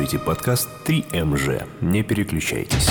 слушаете подкаст 3МЖ. Не переключайтесь.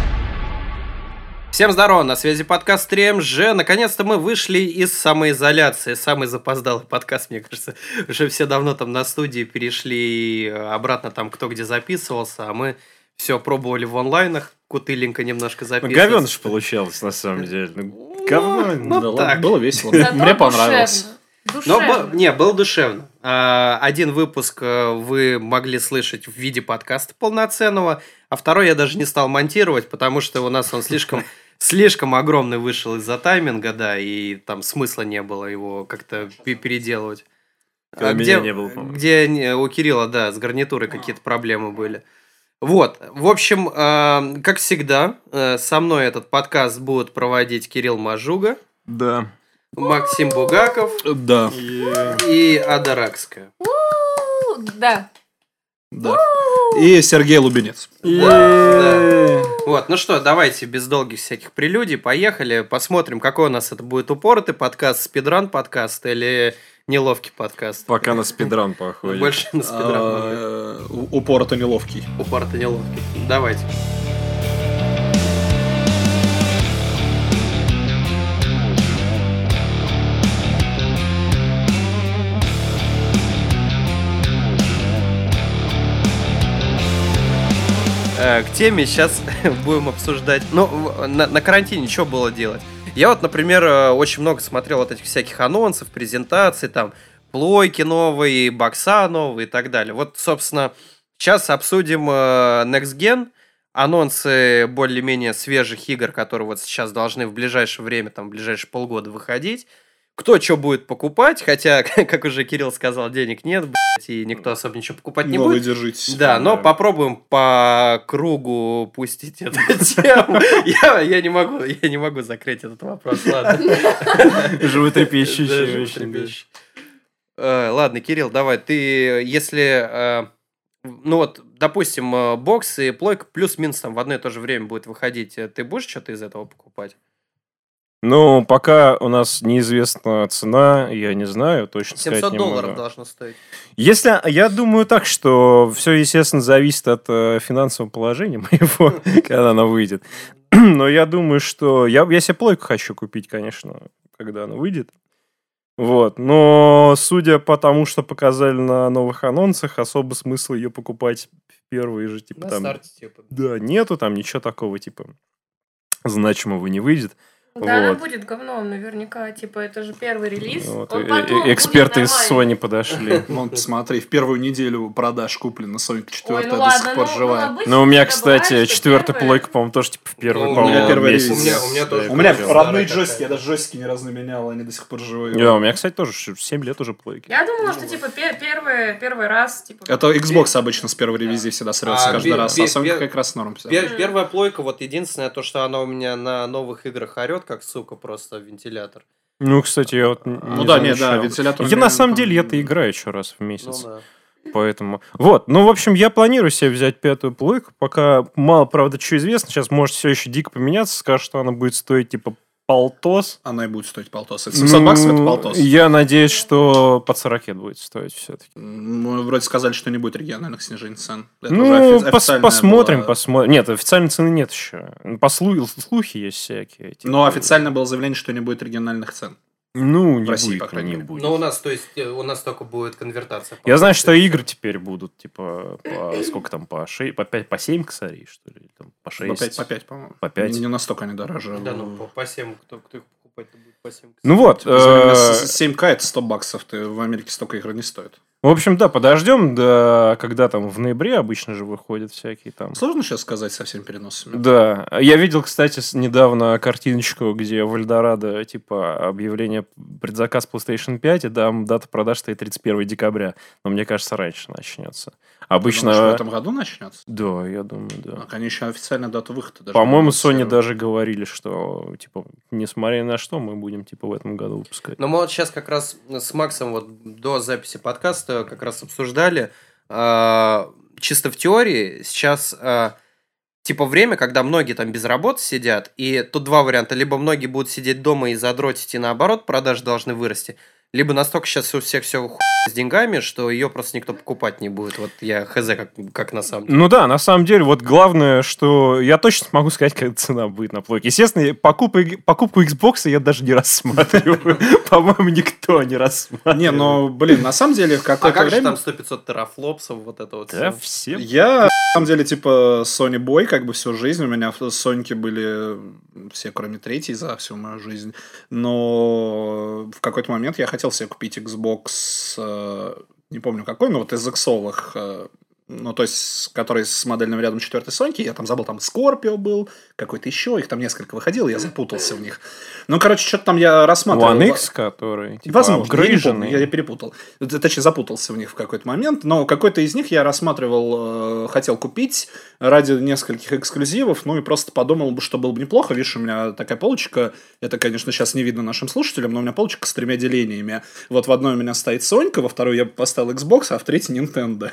Всем здорово, на связи подкаст 3МЖ. Наконец-то мы вышли из самоизоляции. Самый запоздалый подкаст, мне кажется. Уже все давно там на студии перешли обратно там кто где записывался, а мы все пробовали в онлайнах. Кутыленько немножко записываться. Говёныш получалось, на самом деле. Говно. Ну, так. Было весело. Зато Мне понравилось. Душевно. Было душевно. Один выпуск вы могли слышать в виде подкаста полноценного, а второй я даже не стал монтировать, потому что у нас он слишком огромный вышел из-за тайминга, да, и там смысла не было его как-то переделывать. Меня не было, по-моему. Где у Кирилла, да, с гарнитурой какие-то проблемы были. Вот, в общем, как всегда, со мной этот подкаст будут проводить Кирилл Мажуга, Да. Максим Бугаков Да. и Ада Ракская. Да. Да. И Сергей Лубенец. Да. Вот, ну что, давайте без долгих всяких прелюдий, поехали, посмотрим, какой у нас это будет упоротый подкаст, спидран подкаст или неловкий подкаст. Пока на спидран походит. Больше на спидран. Упор-то неловкий. Упоротый неловкий. Давайте. К теме сейчас будем обсуждать. Ну, на карантине что было делать? Я вот, например, очень много смотрел вот этих всяких анонсов, презентаций, там, плойки новые, бокса новые и так далее. Вот, собственно, сейчас обсудим Next Gen, анонсы более-менее свежих игр, которые вот сейчас должны в ближайшее время, там, в ближайшие полгода выходить. Кто что будет покупать, хотя, как уже Кирилл сказал, денег нет, блядь, и никто особо ничего покупать не будет. Держитесь. Да, но попробуем по кругу пустить эту тему. Я не могу закрыть этот вопрос, ладно. Животрепещущий. Да, животрепещущий. Ладно, Кирилл, давай, ты, если, ну вот, допустим, бокс и плойка плюс-минус там в одно и то же время будет выходить, ты будешь что-то из этого покупать? Ну, пока у нас неизвестна цена, я не знаю, точно сказать не могу. $700 должно стоить. Если, я думаю так, что все, естественно, зависит от финансового положения моего, когда она выйдет. Но я думаю, что... Я себе плойку хочу купить, конечно, когда она выйдет. Вот. Но судя по тому, что показали на новых анонсах, особо смысла ее покупать в первые же, типа, На там... старте, типа. Да, нету там ничего такого, типа, значимого не выйдет. Да, она Вот. будет говном, наверняка. Типа, это же первый релиз. Вот, Он потом эксперты будет из нормальный. Sony подошли. Вон, посмотри, в первую неделю продаж куплено Sonic 4 Ой, ну до ладно, сих пор живая. обычно Ну, у меня, всегда бывает, кстати, что четвертая первые- плойка, по-моему, тоже, типа, в первый, Ну, у по-моему, меня первый месяц. релиз. У меня Да, тоже У меня Старая родные какая-то. джойстики, я даже джойстики ни разу не менял, они до сих пор живые. Да, у меня, кстати, тоже 7 лет уже плойки. Я думала, что, типа, первый раз, типа... Это Xbox обычно с первой ревизии всегда срется А, каждый бе- раз, бе- а Sonic бе- как раз норм. всё. Первая плойка, вот единственное, то, что она у меня на новых играх орет, как сука, просто вентилятор. Ну, кстати, я вот Ну да, не, да, замечал. вентилятор... Я, на самом деле, я-то играю еще раз в Ну месяц. да. Поэтому... Вот, ну, в общем, я планирую себе взять пятую плойку. Пока мало, правда, что известно. Сейчас может все еще дико поменяться. Скажут, что она будет стоить, типа, полтос. Она и будет стоить полтос. Это 700 баксов, это полтос. Я надеюсь, что под 40 будет стоить все-таки. Мы вроде сказали, что не будет региональных снижений цен. Это Ну, уже официальная посмотрим, была- посмотрим. Нет, официальной цены нет еще. Слухи есть всякие. типа. Но официально было заявление, что не будет региональных цен. Ну, не России, будет, по крайней не мере. будет. Ну, у нас, то есть, у нас только будет конвертация. Я знаю, что игры теперь будут, типа, по сколько там, по 6, по 5, по 7 косарей, что ли, или там, по 6. По 5, по-моему. По 5. Не настолько они дороже. Да, ну, по 7, кто их покупать-то будет по 7. Ну вот, 7к это 100 баксов, ты в Америке столько игр не стоит. в общем, да, подождем, да, когда там в ноябре обычно же выходят всякие там. Сложно сейчас сказать со всеми переносами. Да, я видел, кстати, недавно картиночку, где в Эльдорадо, типа, объявление предзаказ PlayStation 5, и там дата продаж стоит 31 декабря, но мне кажется, раньше начнется. Обычно... Думаешь, в этом году начнется? Да, я думаю, да. Так, они еще официальную дату выхода даже По-моему, не Sony анонсировали. даже говорили, что, типа, несмотря ни на что, мы будем, типа, в этом году выпускать. Но мы вот сейчас как раз с Максом вот до записи подкаста как раз обсуждали, чисто в теории сейчас типа время, когда многие там без работы сидят, и тут два варианта. Либо многие будут сидеть дома и задротить, и наоборот, продажи должны вырасти. либо настолько сейчас у всех все с деньгами, что ее просто никто покупать не будет. Вот я хз, как на самом деле. Ну да, на самом деле, вот главное, что я точно смогу сказать, какая цена будет на плойке. Естественно, покупку Xbox я даже не рассматриваю. По-моему, никто не рассматривает. Не, ну, блин, на самом деле, в А какое-то как же время... там 100-500 терафлопсов, вот это вот Да, всё? все. Я, на самом деле, типа, Sony Boy, как бы всю жизнь. У меня Соньки были все, кроме третьей, за всю мою жизнь. Но в какой-то момент я хотел себе купить Xbox, не помню какой, но вот из иксовых, ну, то есть, который с модельным рядом 4-й Соньки, я там забыл, там Scorpio был, какой-то еще, их там несколько выходило, я запутался в них. Ну, короче, что-то там я рассматривал. One X, который, типа, Возможно, я не помню, апгрейженный. я перепутал. Точнее, запутался в них в какой-то момент. Но какой-то из них я рассматривал, хотел купить ради нескольких эксклюзивов. Ну и просто подумал, что было бы неплохо. Видишь, у меня такая полочка. Это, конечно, сейчас не видно нашим слушателям, но у меня полочка с 3 делениями. Вот в одной у меня стоит Сонька, во второй я поставил Xbox, а в третьей Nintendo.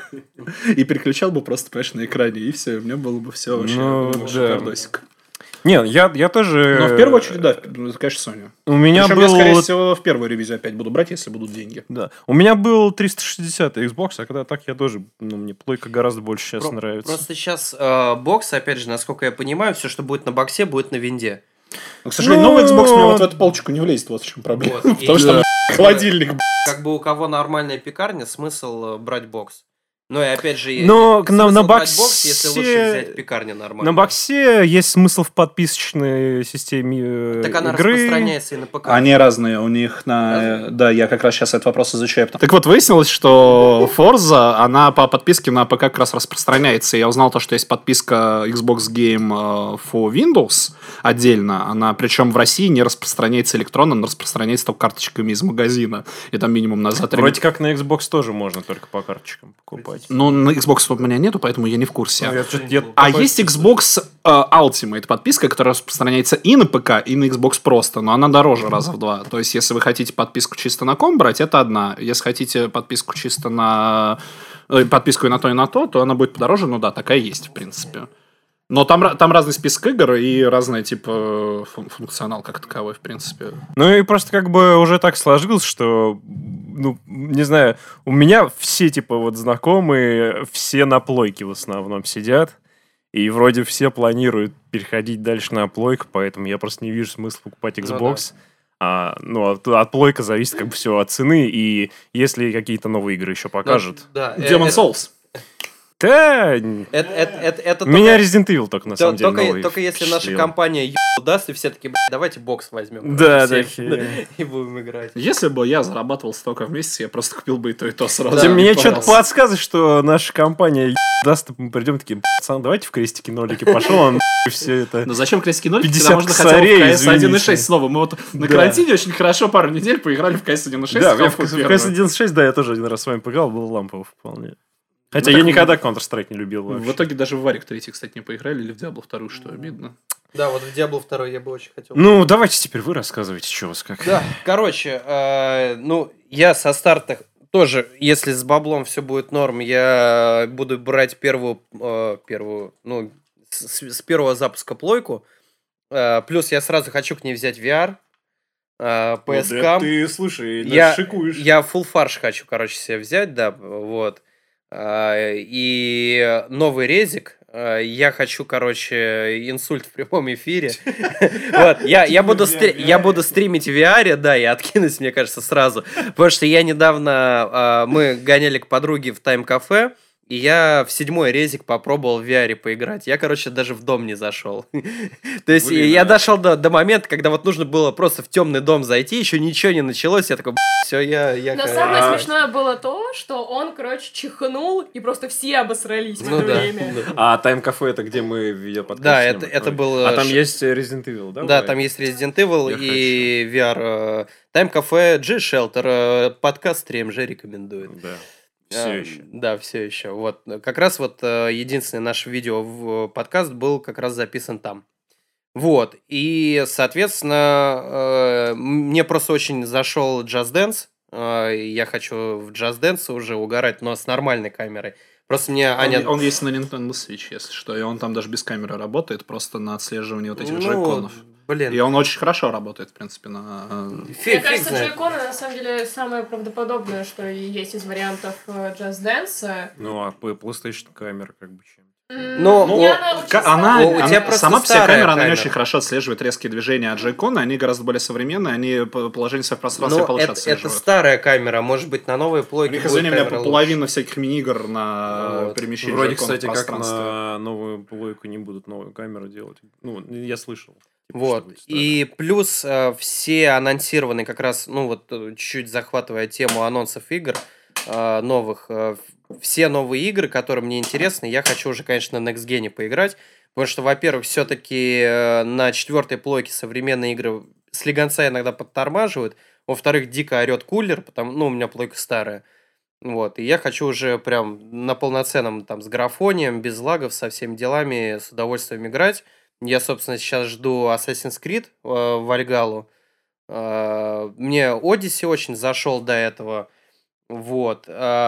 И переключал бы просто, понимаешь, на экране. И все, у меня было бы все вообще шикардосик. Не, я тоже... Но в первую очередь, да, это, конечно, Sony. У меня Причем был... я, скорее всего, в первую ревизию опять буду брать, если будут деньги. Да. У меня был 360 Xbox, а когда так я тоже... Ну, мне плойка гораздо больше сейчас нравится. Просто сейчас бокс, опять же, насколько я понимаю, все, что будет на боксе, будет на винде. Но, к сожалению, новый Xbox у меня вот в эту полочку не влезет, вот в чем проблема. Вот. Потому что там холодильник, Как бы у кого нормальная пекарня, смысл брать бокс. Ну и опять же, Но смысл на брать боксе- бокс, если лучше взять пекарню нормально. На боксе есть смысл в подписочной системе Так она игры. распространяется и на ПК. Они разные, у них на... Да, я как раз сейчас этот вопрос изучаю. Так вот, выяснилось, что Forza, она по подписке на ПК как раз распространяется. Я узнал то, что есть подписка Xbox Game for Windows отдельно. Она, причем в России не распространяется электронно, она распространяется только карточками из магазина. И там минимум за 3 Вроде как на Xbox тоже можно только по карточкам покупать. Ну, на Xbox у меня нету, поэтому я не в курсе. Ну, А есть Xbox Ultimate подписка, которая распространяется и на ПК, и на Xbox просто, но она дороже раза в 2. То есть, если вы хотите подписку чисто на ком брать, это одна. Если хотите подписку чисто на... подписку и на то она будет подороже, ну да, такая есть, в принципе. Но там разный список игр и разный типа функционал как таковой, в принципе. Ну и просто как бы уже так сложилось, что, ну, не знаю, у меня все типа вот знакомые, все на плойке в основном сидят, и вроде все планируют переходить дальше на плойку, поэтому я просто не вижу смысла покупать Xbox. От плойка зависит как бы все от цены, и если какие-то новые игры еще покажут. Да, Demon Souls. Да, это меня Resident Evil только на самом деле новый только если наша впечатлил. компания даст, и все таки давайте бокс возьмем. Да, Все, да. и будем играть. Если бы я зарабатывал столько в месяц, я просто купил бы и то сразу. Да, Мне не что-то парился. подсказывает, что наша компания даст, мы придем такие, пацан, давайте в крестики нолики, пошел он все это. Но зачем крестики нолики, 50 когда можно хотя бы косарей, в CS 1.6 извините. снова? Мы вот на Да. карантине очень хорошо пару недель поиграли в CS 1.6. Да, я в в конфу первую. CS 1.6, да, я тоже один раз с вами поиграл, был лампово вполне. Хотя Ну, я так никогда Counter-Strike не любил вообще. В итоге даже в Варик 3, кстати, не поиграли, или в Diablo 2, что обидно. Да, вот в Diablo 2 я бы очень хотел. Ну, давайте теперь вы рассказывайте, что у вас как. Да, короче, я со старта тоже, если с баблом все будет норм, я буду брать первую, с первого запуска плойку. Плюс я сразу хочу к ней взять VR, PS-кам. Ты, слушай, Я- шикуешь. Я full фарш хочу, короче, себе взять, да, вот. И новый резик. Я хочу, короче, инсульт в прямом эфире. Вот, я буду стримить в VR, да, и откинусь, мне кажется, сразу. Потому что я недавно, мы гоняли к подруге в тайм-кафе, и я в 7-й резик попробовал в VR поиграть. Я, короче, даже в дом не зашел. То есть я дошел до момента, когда вот нужно было просто в темный дом зайти, еще ничего не началось, я такой, все, я... Но самое смешное было то, что он, короче, чихнул, и просто все обосрались в Ну это да. время. А Тайм-кафе это где мы видеоподкаст Да, снимаем? это было... А там есть Resident Evil, да? Да, там есть Resident Evil Я и VR. Тайм-кафе, G-Shelter, подкаст 3MG рекомендует. Да. Все еще. Да, все еще. Вот. Как раз вот единственное наше видео в подкаст был как раз записан там. Вот. И, соответственно, мне просто очень зашел Just Dance. Я хочу в Just Dance уже угорать, но с нормальной камерой. Просто мне Аня... Он есть на Nintendo Switch, если что, и он там даже без камеры работает, просто на отслеживании вот этих Ну, джойконов. Блин. И он очень хорошо работает, в принципе, на... Мне кажется, джойконы на самом деле самое правдоподобное, что есть из вариантов Just Dance. Ну, а PlayStation камера как бы чем? Ну, Она сама вся камера, она не камера. очень хорошо отслеживает резкие движения, а джойконы, они гораздо более современные, они положение себя в пространстве Ну, получше это отслеживают. старая камера, может быть, на новой У плойке них, будет извини меня, камера лучше. половина всяких мини-игр на Вот. перемещение Вроде, джойконов в кстати, как пространстве. на новую плойку не будут новую камеру делать. Ну, я слышал. Типа, Вот. что будет старая. И плюс все анонсированные, как раз, ну вот, чуть-чуть захватывая тему анонсов игр новых, все новые игры, которые мне интересны, я хочу уже, конечно, на Next Gen поиграть, потому что, во-первых, все-таки на 4-й плойке современные игры слегонца иногда подтормаживают, во-вторых, дико орет кулер, потому, ну, у меня плойка старая. Вот, и я хочу уже прям на полноценном там с графонием, без лагов, со всеми делами, с удовольствием играть. Я, собственно, сейчас жду Assassin's Creed Вальгалу. Мне Odyssey очень зашел до этого. Вот.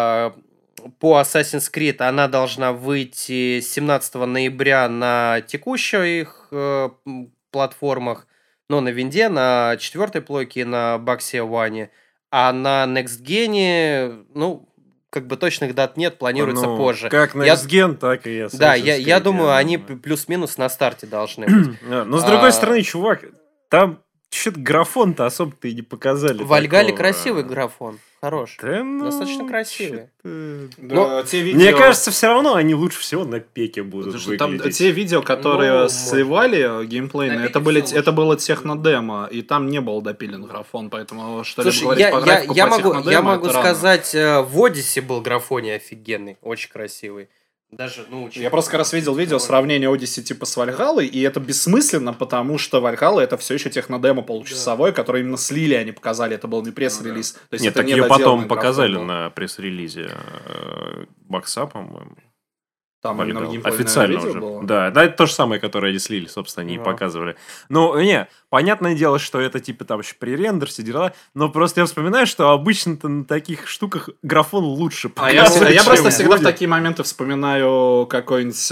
По Assassin's Creed она должна выйти 17 ноября на текущих платформах. Ну, на винде, на 4-й плойке и на Baxia One. А на Next Gen, ну, как бы точных дат нет, планируется Ну, позже. Как Next Gen, так и Assassin's Да, Creed, я думаю, они думаю. плюс-минус на старте должны быть. Но с другой стороны, чувак, там что-то графон-то особо-то и не показали. В Вальгале такого. красивый графон, хорош. Да, ну, Достаточно красивый. чё-то- Да, те видео... Мне кажется, все равно они лучше всего на пеке будут Потому что там выглядеть. те видео, которые Ну, сливали геймплейные, На это, пике всё это лучше. было технодемо, и там не был допилен графон, поэтому что-либо Слушай, говорить по графику я по могу технодемо, это рано. сказать, в Одиссе был графоний офигенный, очень красивый. Даже, ну, Я просто как раз видел видео сравнение Odyssey типа с Вальгалой, и это бессмысленно, потому что Вальгалла это все еще технодемо получасовое, которое именно слили, они показали, это был не пресс-релиз. То есть Нет, это так не ее доделанный потом графон показали был. на пресс-релизе Бокса, по-моему. Там именно Вальгалла. геймплейное Официально видео уже. было. Да, это то же самое, которое они слили, собственно, они и Ну. показывали. Ну, не, понятное дело, что это типа там еще пререндер, все дела, но просто я вспоминаю, что обычно-то на таких штуках графон лучше А я показывает, просто чем всегда в будет. такие моменты вспоминаю какой-нибудь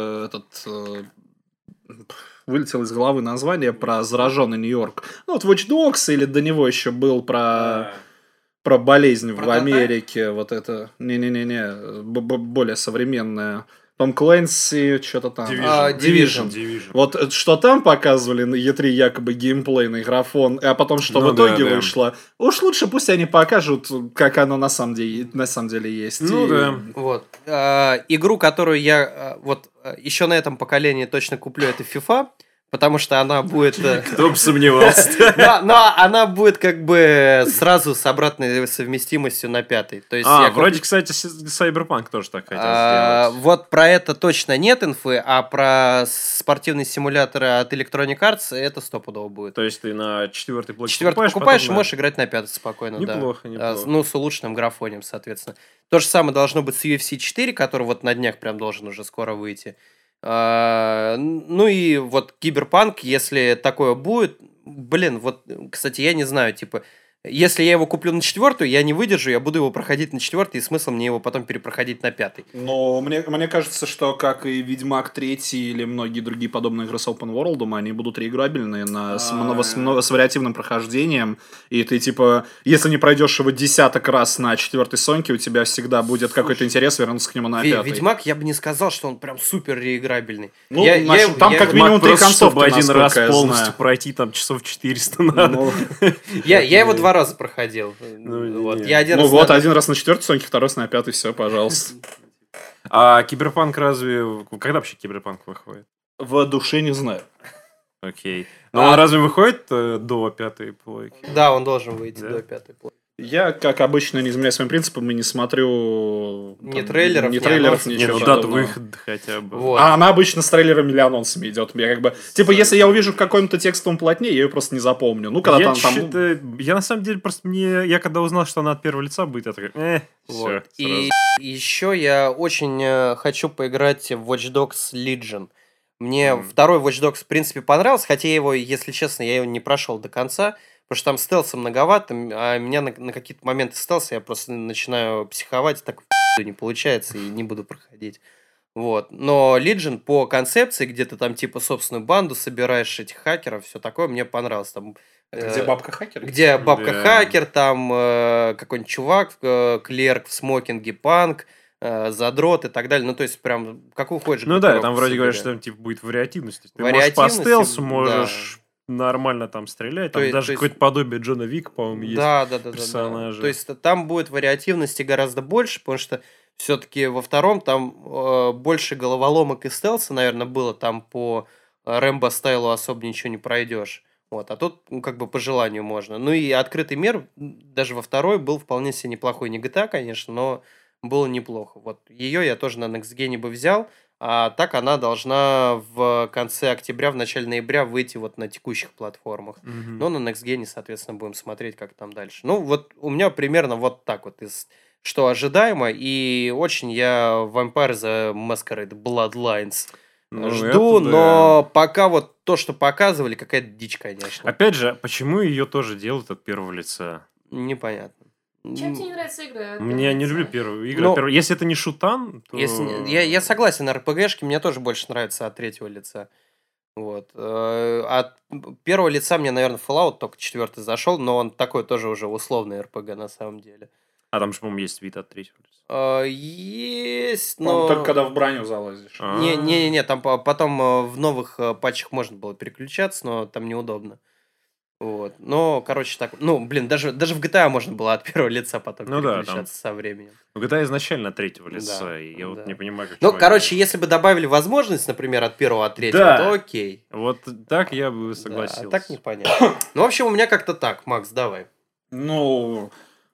вылетел из головы название про зараженный Нью-Йорк. Ну, вот Watch Dogs, или до него еще был про болезнь в Прототайп? Америке. Вот это. Не-не-не-не. Более современная. Том Клэнси, что-то там. Division. Вот что там показывали на E3 якобы геймплейный графон, а потом что Ну в итоге да, да. вышло. Уж лучше пусть они покажут, как оно на самом деле есть. Ну И- да. Вот. Игру, которую я еще на этом поколении точно куплю, это FIFA, потому что она будет... Кто бы сомневался. Но она будет как бы сразу с обратной совместимостью на 5-й. То есть я Вроде, кстати, Cyberpunk тоже так хотел сделать. вот про это точно нет инфы, а про спортивные симуляторы от Electronic Arts это стопудово будет. То есть ты на 4-й блок 4-й покупаешь, и потом на- можешь играть на 5-й спокойно, да. Неплохо, неплохо. Ну, с улучшенным графонием, соответственно. То же самое должно быть с UFC 4, который вот на днях прям должен уже скоро выйти. Ну и вот Киберпанк, если такое будет, блин, вот, кстати, я не знаю, типа, если я его куплю на 4-ю, я не выдержу, я буду его проходить на 4-й, и смысл мне его потом перепроходить на 5-й. Но мне кажется, что как и Ведьмак 3 или многие другие подобные игры с Open World, они будут реиграбельные с вариативным прохождением. И ты, типа, если не пройдешь его десяток раз на 4-й Соньке, у тебя всегда будет какой-то интерес вернуться к нему на 5-й. Ведьмак, я бы не сказал, что он прям супер реиграбельный. Ну, там как минимум 3 Просто, концовки, чтобы один раз насколько я полностью знаю. пройти, там часов 400 надо. Ну, Я его 2 раза проходил. Ну, Вот. не. Я один ну раз вот, на- один раз на 4-й Соньке, второй раз на 5-й, все, пожалуйста. А Киберпанк разве... Когда вообще Киберпанк выходит? В душе не знаю. Окей. Но он разве выходит до 5-й плойки? Да, он должен выйти Да? до 5-й. Я, как обычно, не изменяю своим принципам и не смотрю... Ни трейлеров, ни ни трейлеров, анонсов. Не, ничего ну дату подобного. выхода хотя бы. Вот. А она обычно с трейлерами или анонсами идет. Я как бы... Типа, если я увижу в каком-то текстовом полотне, я ее просто не запомню. Ну, когда Я на самом деле просто Я когда узнал, что она от первого лица будет, я такой, Вот. все. И еще я очень хочу поиграть в Watch Dogs Legion. Мне второй Watch Dogs, в принципе, понравился, хотя я его, если честно, я его не прошел до конца, потому что там стелса многовато, а меня на какие-то моменты стелса я просто начинаю психовать, так не получается и не буду проходить. Вот. Но Legion по концепции, где ты там типа собственную банду собираешь этих хакеров, все такое, мне понравилось. Там, Где бабка-хакер? где бабка-хакер, там какой-нибудь чувак, клерк в смокинге, панк, задрот и так далее. Ну, то есть, прям, как уходишь. Ну да, там вроде говорят, что там типа будет вариативность. Ты можешь по стелсу, можешь нормально там стрелять. Там даже какое-то подобие Джона Вика, по-моему, есть персонажи. То есть, там будет вариативности гораздо больше, потому что все-таки во втором там больше головоломок и стелса, наверное, было. Там по Рэмбо стайлу особо ничего не пройдешь. Вот, а тут, ну, как бы по желанию можно. Ну и открытый мир, даже во второй, был вполне себе неплохой. Не GTA, конечно, но было неплохо. Вот ее я тоже на Next Gen бы взял, а так она должна в конце октября, в начале ноября выйти вот на текущих платформах. Но на Next Gen, соответственно, будем смотреть, как там дальше. Ну, вот у меня примерно вот так вот, что ожидаемо, и очень я Vampire the Masquerade Bloodlines жду, но пока вот то, что показывали, какая-то дичь, конечно. Опять же, почему ее тоже делают от первого лица? Непонятно. Чем тебе не нравятся игры? Мне не люблю первые игры. Если это не шутан, то... Я согласен, РПГшки мне тоже больше нравятся от третьего лица. Вот. От первого лица мне, наверное, Fallout только 4 зашел, но он такой тоже уже условный РПГ на самом деле. А там же, по-моему, есть вид от третьего лица. Есть, но... Только когда в броню залазишь. Не, там потом в новых патчах можно было переключаться, но там неудобно. Вот. Но, короче, так... Ну, блин, даже в GTA можно было от первого лица потом переключаться со временем. Ну, GTA изначально от третьего лица, и я вот не понимаю, как... Ну, короче, если бы добавили возможность, например, от первого, от третьего, то окей. Вот так я бы согласился. А так непонятно. Ну, в общем, у меня как-то так. Макс, давай. Ну...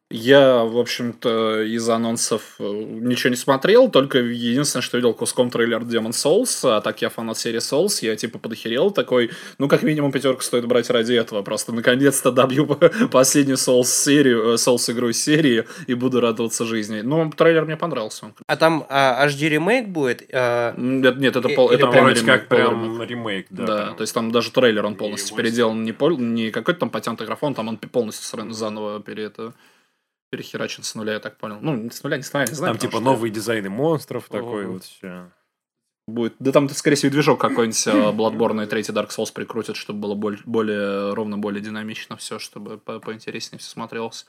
Я, в общем-то, из анонсов ничего не смотрел, только единственное, что видел куском трейлер Demon's Souls, а так я фанат серии Souls, я типа подохерел такой, ну, как минимум 5 стоит брать ради этого, просто наконец-то добью последнюю Souls игру из серии и буду радоваться жизни. Ну, трейлер мне понравился. А там HD ремейк будет? Нет, это вроде как прям ремейк, да. Да, то есть там даже трейлер он полностью переделан, не какой-то там патентный графон, там он полностью заново перехерачен с нуля, я так понял. Ну, с нуля, не знаю. Там типа новые дизайны монстров, такой вот все. Будет. Да там, скорее всего, движок какой-нибудь Bloodborne и 3 Dark Souls прикрутят, чтобы было более ровно, более динамично все, чтобы поинтереснее все смотрелось.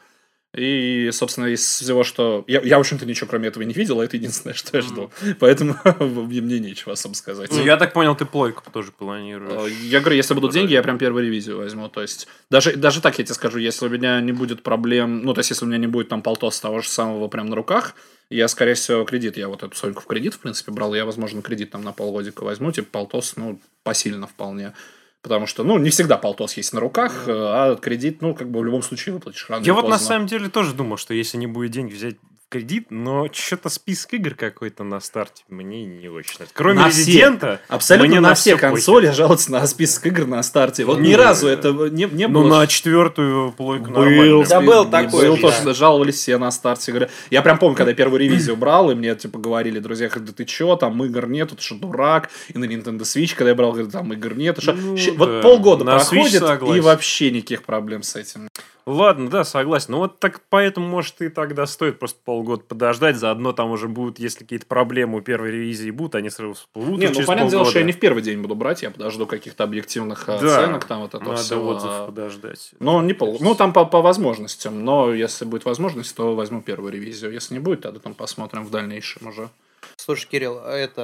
И, собственно, из всего, что... Я, в общем-то, ничего кроме этого не видел, а это единственное, что я жду. Поэтому мне нечего особо сказать. Ну, я так понял, ты плойку тоже планируешь. Я говорю, если будут деньги, я прям первую ревизию возьму. То есть, даже так я тебе скажу, если у меня не будет проблем... Ну, то есть, если у меня не будет там полтос того же самого прям на руках, я, скорее всего, кредит. Я вот эту Соньку в кредит, в принципе, брал. Я, возможно, кредит там на полгодика возьму. Типа, полтос, ну, посильно вполне. Потому что, ну, не всегда полтос есть на руках, а кредит, ну, как бы в любом случае выплатишь рано или поздно. Я вот на самом деле тоже думал, что если не будет денег взять в кредит, но что-то список игр какой-то на старте мне не очень нравится. Кроме Резидента, абсолютно на все консоли жалуются на список игр на старте. Вот ни разу это не было. Ну, на 4-ю плойку нормально. Да, был такой. Был тоже, жаловались все на старте. Я прям помню, когда я первую ревизию брал, и мне, типа, говорили, друзья, да ты чё, там игр нет, ты что, дурак? И на Nintendo Switch, когда я брал, говорят, там игр нет. Вот полгода проходит, и вообще никаких проблем с этим. Ладно, да, согласен. Ну вот так поэтому, может, и тогда стоит просто полгода подождать. Заодно там уже будут, если какие-то проблемы у первой ревизии будут, они сразу всплывут. Не, ну понятное дело, что я не в первый день буду брать, я подожду каких-то объективных оценок. Там вот это надо все. отзыв подождать. Ну, там по возможностям. Но если будет возможность, то возьму первую ревизию. Если не будет, тогда там посмотрим в дальнейшем уже. Слушай, Кирилл,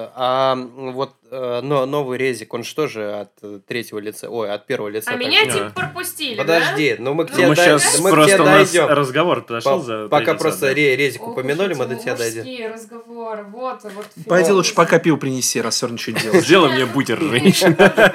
вот новый резик, он что же от третьего лица, от первого лица? А меня типа пропустили, Подожди, да? ну мы к тебе просто дойдем. У нас разговор подошел за пока просто резик упомянули, мы до тебя дойдем. Мужские разговоры, вот. Пойди лучше пока пиво принеси, раз все равно ничего не делаешь. Сделай мне бутер, женщина.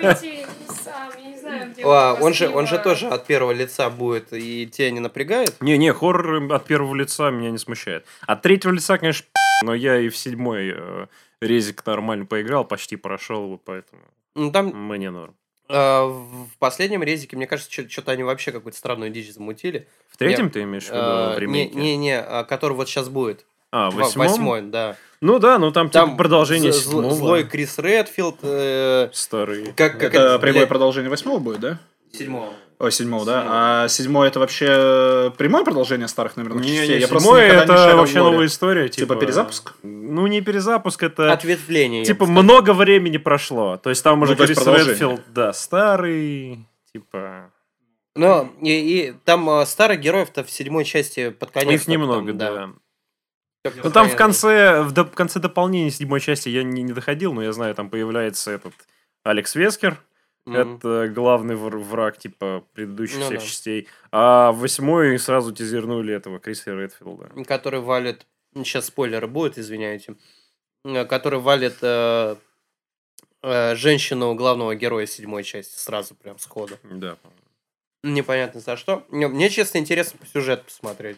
Он же тоже от первого лица будет, и тебя не напрягает? Не, хоррор от первого лица меня не смущает. От третьего лица, конечно, но я и в 7-й резик нормально поиграл, почти прошел его, поэтому мне норм. В последнем резике, мне кажется, что-то они вообще какую-то странную дичь замутили. В третьем ты имеешь в виду в ремейке? Не, который вот сейчас будет. В 8-й, да. Ну да, там типа продолжение 7-го. Злой Крис Редфилд. Старый. Это прямое продолжение 8-го будет, да? 7-го. О, 7-го, да? А 7-й это вообще прямое продолжение старых номерных частей? Я просто 7-й никогда не это шарил вообще в лоре. новая история. Типа перезапуск? Ну, не перезапуск, это... Ответвление. я Типа бы сказал. много времени прошло. То есть там уже то есть Крис продолжение. Редфилд, да, старый, типа... Но и там старых героев-то в 7-й части под конец. Их немного, да. Как Ну там в постоянно. конце дополнения 7-й части я не доходил, но я знаю, там появляется этот Алекс Вескер. Мгм. Это главный враг, типа, предыдущих Ну всех да. частей. А в 8-й сразу тизернули этого Криса Редфилда. Который валит... Сейчас спойлеры будут, извиняйте. Который валит женщину главного героя 7-й части сразу прям сходу. Да. Непонятно за что. Мне, честно, интересно по сюжету посмотреть.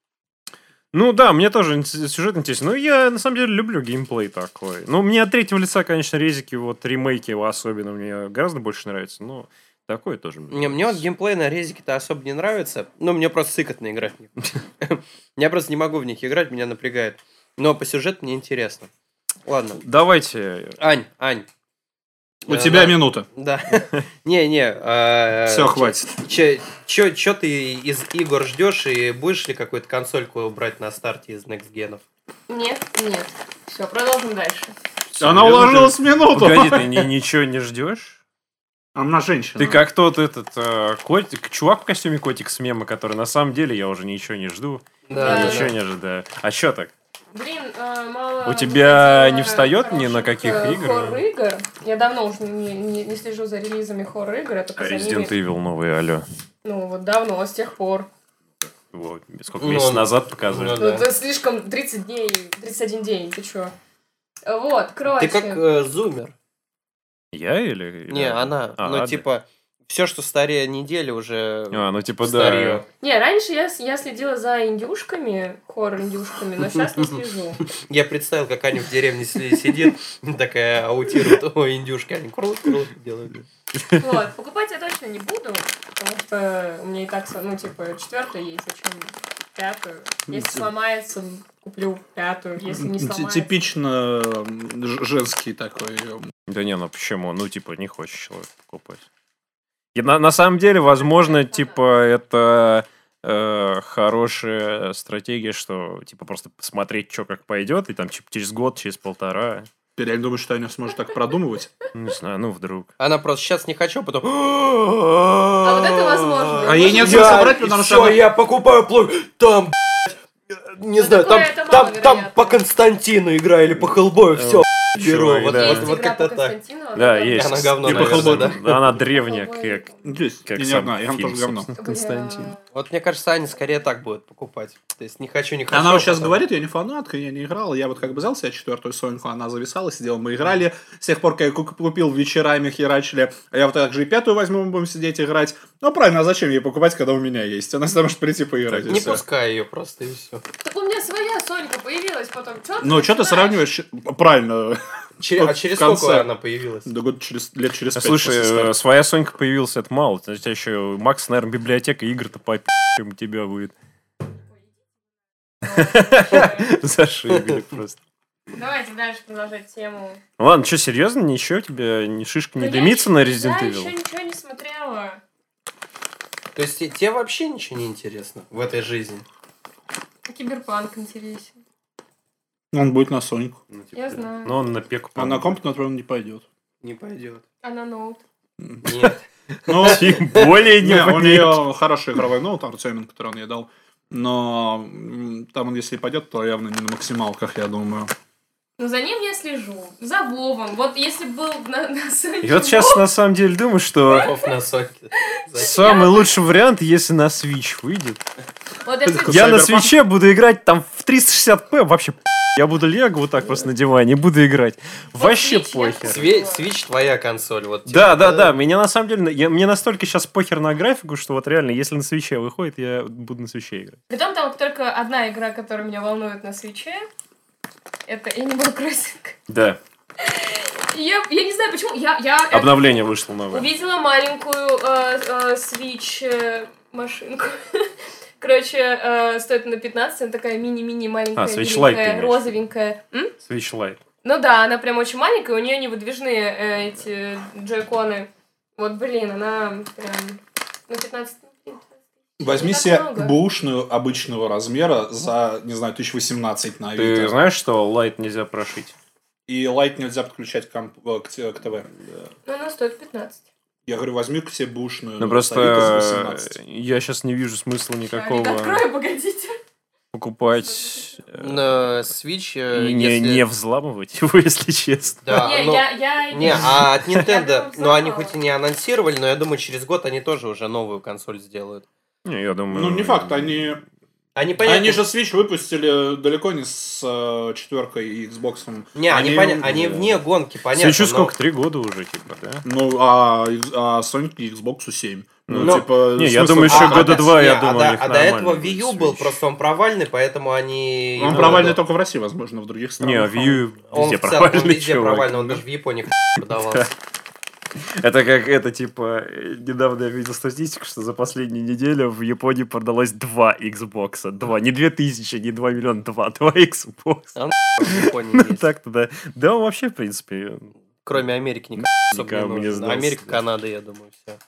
Ну да, мне тоже сюжет интересен. Ну, я на самом деле люблю геймплей такой. Ну, мне от третьего лица, конечно, резики, вот ремейки его особенно мне гораздо больше нравятся, но такое тоже. Мне вот геймплей на резике-то особо не нравится. Ну, мне просто сыкотно играть. Я просто не могу в них играть, меня напрягает. Но по сюжету мне интересно. Ладно. Давайте. Ань. У тебя минута. Да. Не. Все, хватит. Че ты из игр ждешь и будешь ли какую-то консольку брать на старте из Next Gen'ов? Нет. Все, продолжим дальше. Она уложилась в минуту. Погоди, ты ничего не ждешь? Она женщина. Ты как тот этот котик, чувак в костюме котик с мема, который на самом деле я уже ничего не жду. Да. Ничего не ожидаю. А что так? Блин, мало... У тебя выходило не встает ни на хороших, каких игр? хоррор-игр. Я давно уже не слежу за релизами хоррор-игр, а только за Resident ними... Evil новый, алло. Ну, вот давно, с тех пор. Вот, сколько месяцев назад показывали. Ну, Ну, да. это слишком 30 дней, 31 день, ты чё? Вот, Ты короче. как зумер. Я или... Не, она. А, Ну, Ада. типа, все, что старее недели, уже Ну, типа, старье. да. Не, раньше я следила за индюшками, хоррор-индюшками, но сейчас не слежу. Я представил, как Аня в деревне сидит, такая аутирует, ой, индюшки, они крут делают. Вот, покупать я точно не буду, потому что у меня и так, ну, типа, 4-я есть, зачем 5-ю? Если сломается, куплю 5-ю, если не сломается. Типично женский такой. Да не, ну почему? Ну, типа, не хочет человек покупать. И на самом деле, возможно, типа, это хорошая стратегия, что, типа, просто посмотреть, что как пойдет, и там через год, через полтора, Я не думаю, что Аня сможет так продумывать. не знаю, ну, вдруг. Она просто сейчас не хочу, а потом... А вот это возможно. А ей нет Я- собрать, потому что всё, она- я покупаю плойку. Там, не знаю, такое это там маловероятно. по Константину игра или по Хеллбою, все, беру. чувак, Вот да. Есть вот игра как-то по так. Константину, Да, говно. есть. Она говно, Типа наверное, Хеллбой, да. она древняя, Хеллбой. как Есть. как Не сам одна, я фильм, тоже говно. собственно, Константин. Вот мне кажется, Аня скорее так будет покупать. То есть не хочу. Она вот сейчас потом- говорит, я не фанатка, я не играл. Я вот как бы взял себе 4-ю Соньку, она зависала, сидела, мы играли. С тех пор, как я купил, вечерами херачили. А я вот так же и 5-ю возьму, мы будем сидеть играть. Ну, правильно, а зачем ей покупать, когда у меня есть? Она всегда может прийти поиграть. и Не всё. пускай ее просто и все. Так у меня своя Сонька появилась потом. Чё Ну, что ты начинаешь? сравниваешь? Правильно. А через В конце. сколько она появилась? Да год лет через 5. Слушай, своя Сонька появилась, это мало. У тебя еще Макс, наверное, библиотека игр-то по у тебя будет. Зашибли просто. Давайте дальше продолжать тему. Ладно, что, серьезно? Ничего? Тебя ни шишка не Но дымится на Resident Я еще Evil? ничего не смотрела. То есть тебе вообще ничего не интересно в этой жизни? Киберпанк интересен. Он будет на Соньку. Я знаю. Но он на пеку. А на комп, например, не пойдет. Не пойдет. А на ноут? Нет. Ну, Тем более не не, у пойдет. нее хороший игровой ноут, Артемин, который он ей дал. Но там он, если и пойдет, то явно не на максималках, я думаю. Ну, за ним я слежу. За Вовом. Вот если бы был на Sony И вот сейчас на самом деле думаю, что Вов на Соньке. самый лучший вариант, если на Switch выйдет. Вот я слежу. Я на Cyberpunk? свече буду играть там в 360p, вообще я буду лего вот так просто на диване, буду играть. Вообще Switch я похер. Switch твоя консоль. Вот, Да, типа, да. Меня на самом деле, мне настолько сейчас похер на графику, что вот реально, если на свече выходит, я буду на свече играть. Притом там только одна игра, которая меня волнует на свече. Это Animal Crossing. Да. И я не знаю, почему. Я Обновление вышло новое. увидела маленькую Switch машинку. Короче, стоит на 15, она такая мини-мини маленькая, Switch Lite ты миленькая, имеешь? розовенькая. Switch Lite. Ну да, она прям очень маленькая, у нее невыдвижные эти джойконы. Вот, блин, она прям Ну, 15 Возьми не так себе много. бэушную обычного размера за, не знаю, 1018 на Ты Авито. знаешь, что лайт нельзя прошить? И лайт нельзя подключать к ТВ. Ну, она стоит 15. Я говорю, возьми к себе бэушную Ну, с Авито за просто 18. я сейчас не вижу смысла никакого Авито открою, погодите. покупать На Switch, и не взламывать его, если честно. Да, Не, ну, я... не, а от Я Nintendo, прям ну они взломала. хоть и не анонсировали, но я думаю, через год они тоже уже новую консоль сделают. Не, я думаю... Ну, не факт, они Понятно. же Switch выпустили далеко не с четверкой и Xbox. Не, они вне гонки, понятно. Свечу но- сколько? 3 года уже, типа, да? Ну, а Sony и Xbox 7. Ну, Ну, типа, не, я смысл- думаю, еще года до- два, я не, думаю, у них до этого нормально Wii U будет был, Switch. просто он провальный, поэтому они... Он ну, провальный да. только в России, возможно, в других Не, странах. Wii U Он везде в целом, он провальный, везде чувак. провальный, он даже в Японии продавался. Это как это, типа, недавно я видел статистику, что за последнюю неделю в Японии продалось 2 Xbox. 2, не 2000, не 2 миллиона, 2 Xbox. А в Японии Ну, есть. так-то да. Да, он вообще, в принципе, Кроме Америки никому особо Никому не не нужен. сдался, Америка, да. Канада, я думаю, все.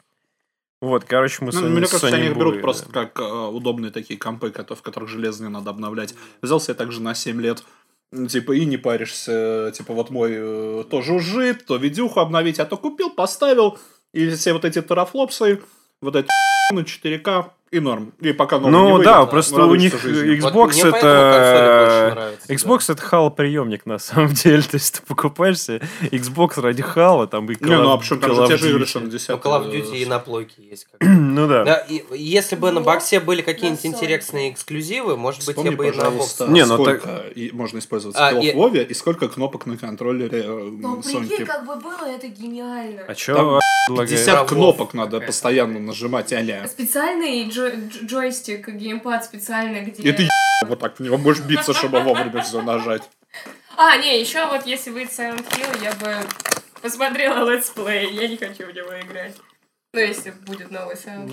вот, короче, мы Ну, с мне кажется, Sony они их берут Boy, просто да. как удобные такие компы, в которых железо не надо обновлять. Взял себе также на 7 лет, типа, и не паришься. Типа, вот мой то жужжит, то видюху обновить, а то купил, поставил, и все вот эти терафлопсы, вот эти на 4К, и норм. И пока новый не Ну выйдет, да, просто у радуешься них жизни. Вот Xbox мне поэтому консоли больше нравятся, Xbox это хал-приемник на самом деле. То есть ты покупаешь себе Xbox ради хала, там и Не, ну а Call of- почему там Call же of те же игры, Duty. что на 10 Ну, Call of Duty и на плойке есть. Как Ну да. Да, и если бы на Ну, боксе были какие-нибудь на Sony. интересные эксклюзивы, может быть, Вспомни, я бы и на бокс. пожалуйста, Не, ну сколько можно использовать А, скиллов и- в Вове и сколько кнопок на контроллере Ну, прикинь, Соньки. как бы было, это гениально. А чё предлагает? 50 Правов кнопок надо какая-то. постоянно нажимать, а-ля. Специальный джойстик, геймпад специальный, где... И ты вот так в него будешь биться, чтобы вовремя все нажать. А, не, еще вот если выйдет Silent Hill, я бы посмотрела летсплей. Я не хочу в него играть. Ну, если будет новый Silent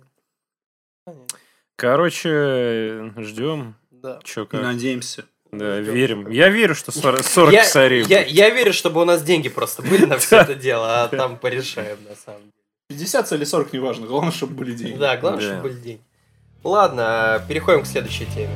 Hill. Короче, ждем. Да. Чё как. Надеемся. Да, верим. Я верю, что 40 косарей. Я верю, чтобы у нас деньги просто были на все это дело, а там порешаем на самом деле. 50 или 40, неважно. Главное, чтобы были деньги. Да, главное, Да. чтобы были деньги. Ладно, переходим к следующей теме.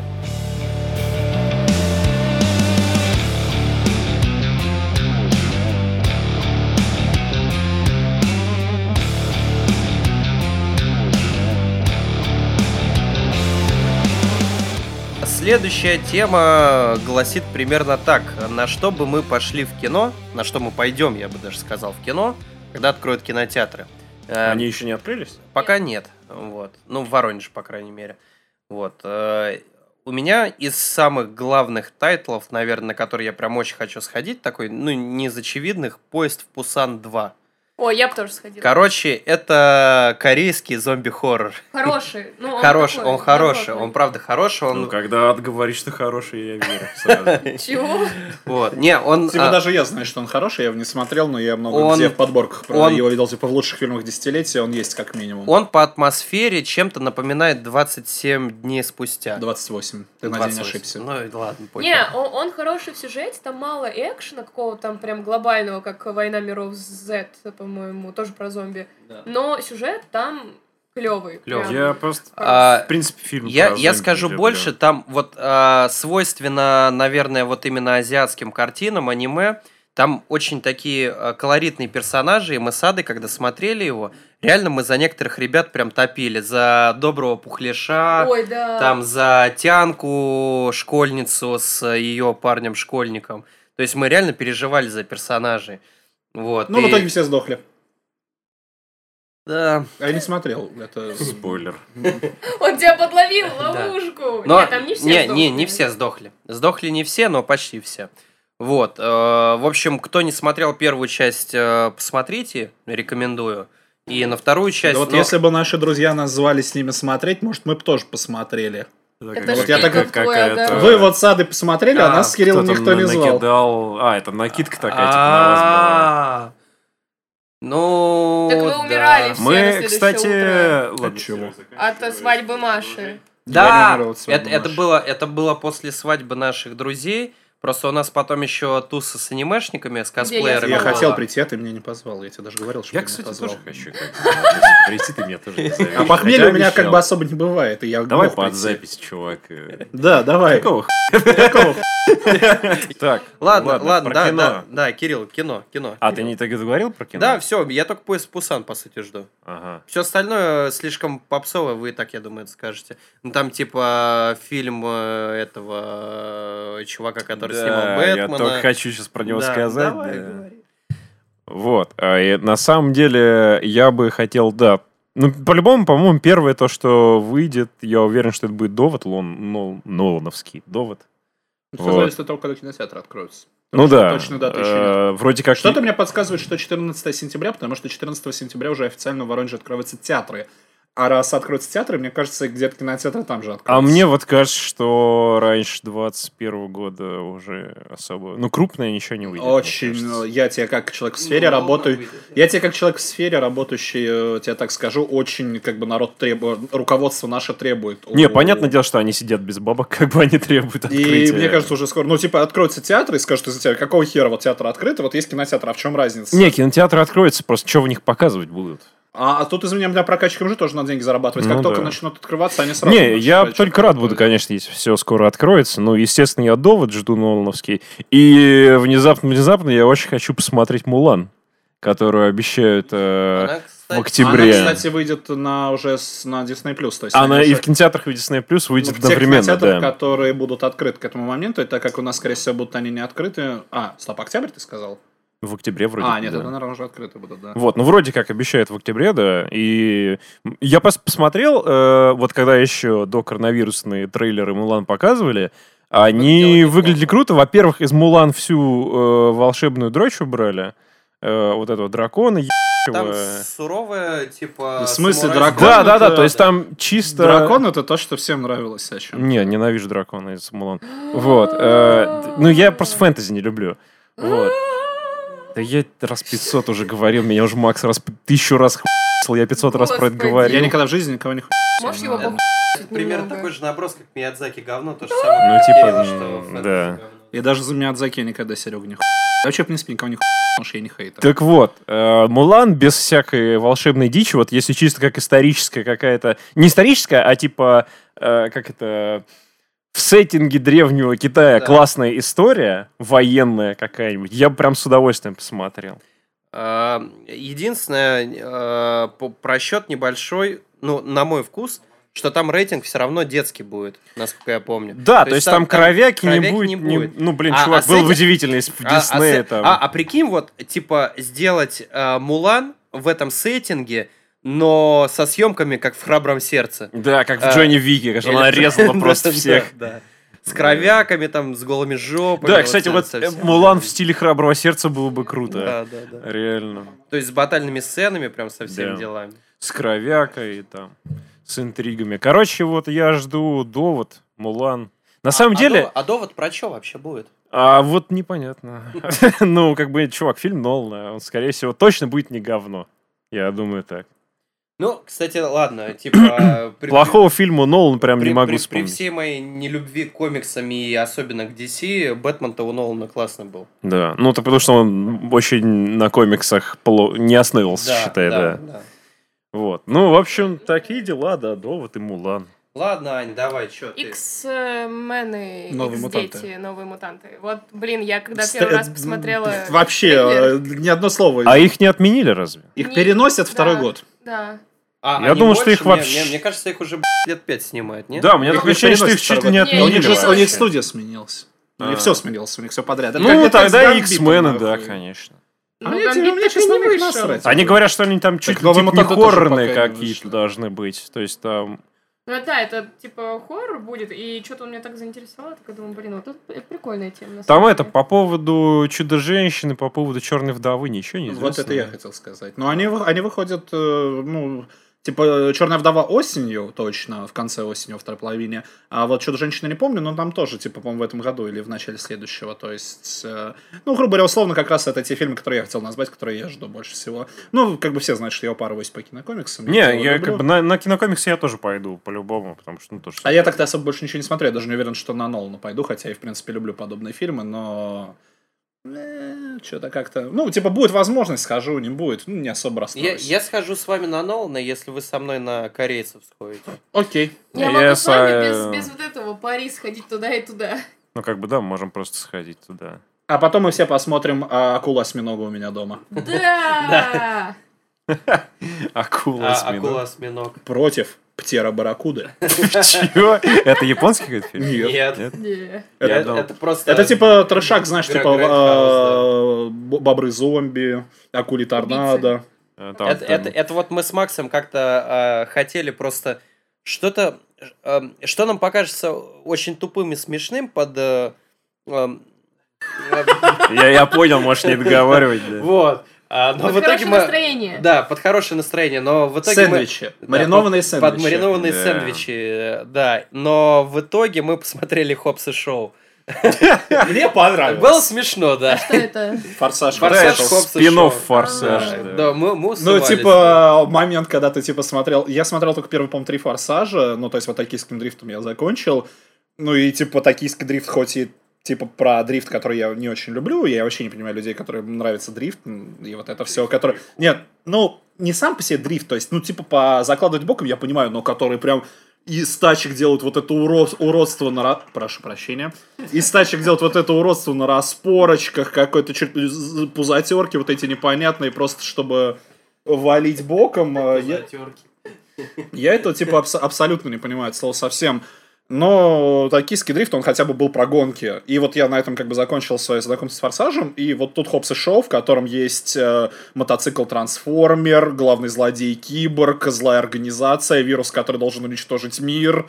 Следующая тема гласит примерно так. На что бы мы пошли в кино, на что мы пойдем, я бы даже сказал, в кино, когда откроют кинотеатры. Они еще не открылись? Пока нет. Вот. Ну, в Воронеже, по крайней мере. Вот. У меня из самых главных тайтлов, наверное, на которые я прям очень хочу сходить, такой, ну, не из очевидных, «Поезд в Пусан 2». Ой, я бы тоже сходила. Короче, это корейский зомби-хоррор. Хороший. Ну, Хороший, такой, он хороший, добротный. он правда хороший, он... Ну, когда говоришь, что хороший, я верю сразу. Чего? Вот. Не, он... Типа даже я знаю, что он хороший, я его не смотрел, но я много Он- где в подборках про он- его видел, типа в лучших фильмах десятилетия он есть как минимум. Он по атмосфере чем-то напоминает 27 дней спустя. 28. Ты на день 28. ошибся. Ну, и ладно, похер. Не, он хороший в сюжете, там мало экшена какого-то там прям глобального, как «Война миров Z», по-моему, тоже про зомби. Да. Но сюжет там клевый. Клёвый. Я просто, А, в принципе, фильм Я про зомби скажу люблю. больше, там вот свойственно, наверное, вот именно азиатским картинам, аниме, там очень такие колоритные персонажи, и мы с Адой, когда смотрели его, реально мы за некоторых ребят прям топили. За доброго пухляша, Ой, да. там за Тянку, школьницу с ее парнем-школьником. То есть мы реально переживали за персонажей. Вот. Ну, в и- итоге все сдохли. Да. А я не смотрел. Это... Спойлер. Он тебя подловил в ловушку. Но Нет, там не все не сдохли. все сдохли. Сдохли не все, но почти все. Вот. В общем, кто не смотрел первую часть, посмотрите, рекомендую. И на вторую часть... Да вот ну, если бы наши друзья нас звали с ними смотреть, может, мы бы тоже посмотрели. Это Вот я так как твой, да. Вы вот с Адой посмотрели, а нас с Кириллом никто не звал. Накидал... А, это накидка такая, типа, на вас была. А-а-а. Ну, Так мы умирали все. на Мы, следующее кстати... утро. Ладно, чего? От свадьбы Маши. Да, Я не умирал от свадьбы это Маши. было после свадьбы наших друзей. Просто у нас потом еще туса с анимешниками, с я косплеерами. Я была. хотел прийти, а ты меня не позвал. Я тебе даже говорил, что Я, ты меня кстати, позвал. тоже хочу. Как прийти ты меня тоже не зовешь. А похмелья Хотя у меня как обещал. бы особо не бывает. И я Давай мог под прийти. запись, чувак. Да, давай. Какого Так, Ладно, про да, кино. да, Кирилл, кино. А, ты не так и говорил про кино? Да, все, я только поезд в Пусан, по сути, жду. Ага. Все остальное слишком попсовое, вы и так, я думаю, это скажете. Ну, там, типа, фильм этого чувака, который снимал Да, я Бэтмена. только хочу сейчас про него Да, сказать. давай, да. говори. Вот. И на самом деле я бы хотел, да. Ну, по-любому, по-моему, первое то, что выйдет, я уверен, что это будет довод Нолановский. Довод. Все Вот. зависит от того, когда кинотеатры откроются. Ну Потому да. что точно даты еще нет. Вроде как... Что-то мне подсказывает, что 14 сентября, потому что 14 сентября уже официально в Воронеже открываются театры. А раз откроются театры, мне кажется, где-то кинотеатры там же откроются. А мне вот кажется, что раньше 21 года уже особо... Ну, крупное ничего не выйдет. мне Очень. кажется. Я тебе как человек в сфере Ну, работаю. выйдет. Я тебе как человек в сфере работающий, тебе так скажу, очень как бы народ требует, руководство наше требует. Не, понятное дело, что они сидят без бабок, как бы они требуют открытия. И мне кажется, уже скоро, ну, типа, откроются театры и скажут из-за тебя, какого хера вот театр открыт, вот есть кинотеатр, а в чем разница? Не, кинотеатры откроются, просто что в них показывать будут? А тут, извини, для прокатчикам же тоже надо деньги зарабатывать. Как Ну только да. начнут открываться, они сразу... Не, начнут я считать, только что рад буду, такое. конечно, если все скоро откроется. Ну, естественно, я довод жду Нолановский. И внезапно я очень хочу посмотреть «Мулан», которую обещают Она, кстати, в октябре. Она, кстати, выйдет на Disney+. То есть Она они и уже- в кинотеатрах, и в Disney Plus выйдет в тех одновременно, кинотеатрах, да. которые будут открыты к этому моменту, и так как у нас, скорее всего, будут они не открыты... октябрь ты сказал? В октябре вроде. Нет, да. это, наверное, уже открыты будут, да. Вот, ну вроде как обещают в октябре, да. И я посмотрел, вот когда еще до коронавирусные трейлеры «Мулан» показывали, они Выглядело выглядели неплохо. круто. Во-первых, из «Мулан» всю волшебную дрочь убрали. Вот этого дракона Там ебучего. суровая, типа... В смысле, самурайская- дракон? Да, это- то есть там чисто... Дракон — это то, что всем нравилось. О чем? Не, ненавижу дракона из «Мулан». Вот. Ну, я просто фэнтези не люблю. Вот. Да я раз 500 уже говорил, меня уже Макс раз 1000 раз хуй, я 500 раз про это Господи. говорил. Я никогда в жизни никого не Можешь его Это похуй примерно немного? такой же наброс, как Миядзаки говно, то же самое. Ну, как типа, Кирилл, что фэнтези да. говно. И даже за Миядзаки я никогда Серегу не хуй. Я вообще, в принципе, никого не хуй, потому что я не хейтер. Так вот, «Мулан» без всякой волшебной дичи, вот если чисто как историческая какая-то... Не историческая, а типа, как это... В сеттинге древнего Китая Да. классная история, военная какая-нибудь, я бы прям с удовольствием посмотрел. Единственное, просчет небольшой, ну, на мой вкус, что там рейтинг все равно детский будет, насколько я помню. Да, то есть там кровяки не будет. Ну, блин, А- чувак, а с было этим- бы удивительно, если бы в Диснее там... А прикинь, вот, типа, сделать Мулан в этом сеттинге, но со съемками, как в «Храбром сердце». Да, как в А, Джонни Вике, когда она Или- резала просто Да, всех. да. С кровяками, там, с голыми жопами. Да, кстати, вот совсем. «Мулан» в стиле «Храброго сердца» было бы круто. Да, да, да. Реально. То есть с батальными сценами, прям со всеми Да. делами. С кровякой, там, с интригами. Короче, вот я жду довод, «Мулан». На самом деле, А довод про что вообще будет? вот непонятно. Ну, как бы, чувак, фильм Нолана, он, скорее всего, точно будет не говно. Я думаю так. Ну, кстати, ладно, типа... Плохого фильма Нолана прям не могу При вспомнить. всей моей нелюбви к комиксам и особенно к DC, Бэтмен-то у Нолана классно был. Да, ну, это потому что он очень на комиксах не основывался, считай, да. Вот. Ну, в общем, такие дела, да, довод и «Мулан». Ладно, Ань, давай, что ты? X-мены, Новые X-дети, новые мутанты. Вот, блин, я когда первый раз посмотрела... Вообще, трейлер, ни одно слово. А их не отменили разве? Их Не- переносят второй да. год. Да. Я думал, что их вообще- Мне кажется, их уже лет 5 снимают, нет? Да, у меня Их такое ощущение, что их переносят чуть ли не второй год. отменили У них же- У вообще. них студия сменилась. У них А. все сменилось, у них все подряд. Это Ну, как с тогда Гамбитом, X-мены, да, нахуй. конечно. А Ну, мне, Гамбит мне, так и честно, не на них вышел. насрать. Они говорят, что они там чуть ли «Новые типа, не мутанты» тоже хоррорные пока не какие-то вышли. должны быть. То есть там... Ну да, это типа хоррор будет, и что-то он меня так заинтересовал, так я думаю, блин, вот это прикольная тема. на Там самом это, деле. по поводу Чудо-женщины, по поводу Черной вдовы, ничего не известно. Вот это я хотел сказать. Но они выходят, ну, Типа «Черная вдова» осенью, точно, в конце осени, во второй половине. А вот «Чудо-женщина» не помню, но там тоже, типа, по-моему, в этом году или в начале следующего. То есть, ну, грубо говоря, условно, как раз это те фильмы, которые я хотел назвать, которые я жду больше всего. Ну, как бы все знают, что я упарываюсь по кинокомиксам. Не, я как бы на кинокомиксы я тоже пойду, по-любому, потому что, ну, тоже... А я так-то особо больше ничего не смотрю, я даже не уверен, что на Нолана пойду, хотя я, в принципе, люблю подобные фильмы, но... что-то как-то... Ну, типа, будет возможность, схожу, не будет. Ну, не особо расстроюсь. Я схожу с вами на Нолана, если вы со мной на корейцев сходите. Окей. Я могу с вами без вот этого пари сходить туда и туда. Ну, как бы, да, мы можем просто сходить туда. А потом мы все посмотрим «Акула-осьминога» у меня дома. Да! Акула-осьминог. Против Птера-барракуды. Чего? Это японский какой-то фильм? Нет. Не. Это просто... Это типа трешак, знаешь, типа Грейндхаус, бобры-зомби, акули-торнадо. Это вот мы с Максом как-то хотели просто что-то, что нам покажется очень тупым и смешным под... Я понял, можешь не договаривать. Да. Вот. Но Под в итоге хорошее мы... настроение. Да, под хорошее настроение, но в итоге Сэндвичи. мы... Маринованные Да, сэндвичи. Под маринованные Да. сэндвичи, да. Но в итоге мы посмотрели «Хопс и шоу». Мне понравилось. Было смешно, да. Что это? Форсаж. «Форсаж», Форсаж. «Хопс и Спин-офф шоу». «Форсаж». Да, да. да, мы Ну, усывались. типа, момент, когда ты, типа, смотрел... Я смотрел только первые, по-моему, 3 «Форсажа», ну, то есть вот «Токийским дрифтом» я закончил. Ну, и, типа, «Токийский дрифт», хоть и, типа, про дрифт, который я не очень люблю, я вообще не понимаю людей, которым нравится дрифт, и вот это все, который... Нет, ну, не сам по себе дрифт, то есть, ну, типа, по закладывать боком я понимаю, но который прям... Из тачек делают вот это уродство на... Прошу прощения. Из тачек делают вот это уродство на распорочках, какой-то пузатерки вот эти непонятные, просто чтобы валить боком. Я это, типа, абсолютно не понимаю, это слово совсем. Но «Токийский дрифт», он хотя бы был про гонки. И вот я на этом как бы закончил свое знакомство с «Форсажем». И вот тут «Хопс и шоу», в котором есть мотоцикл-трансформер, главный злодей Киборг, злая организация, вирус, который должен уничтожить мир.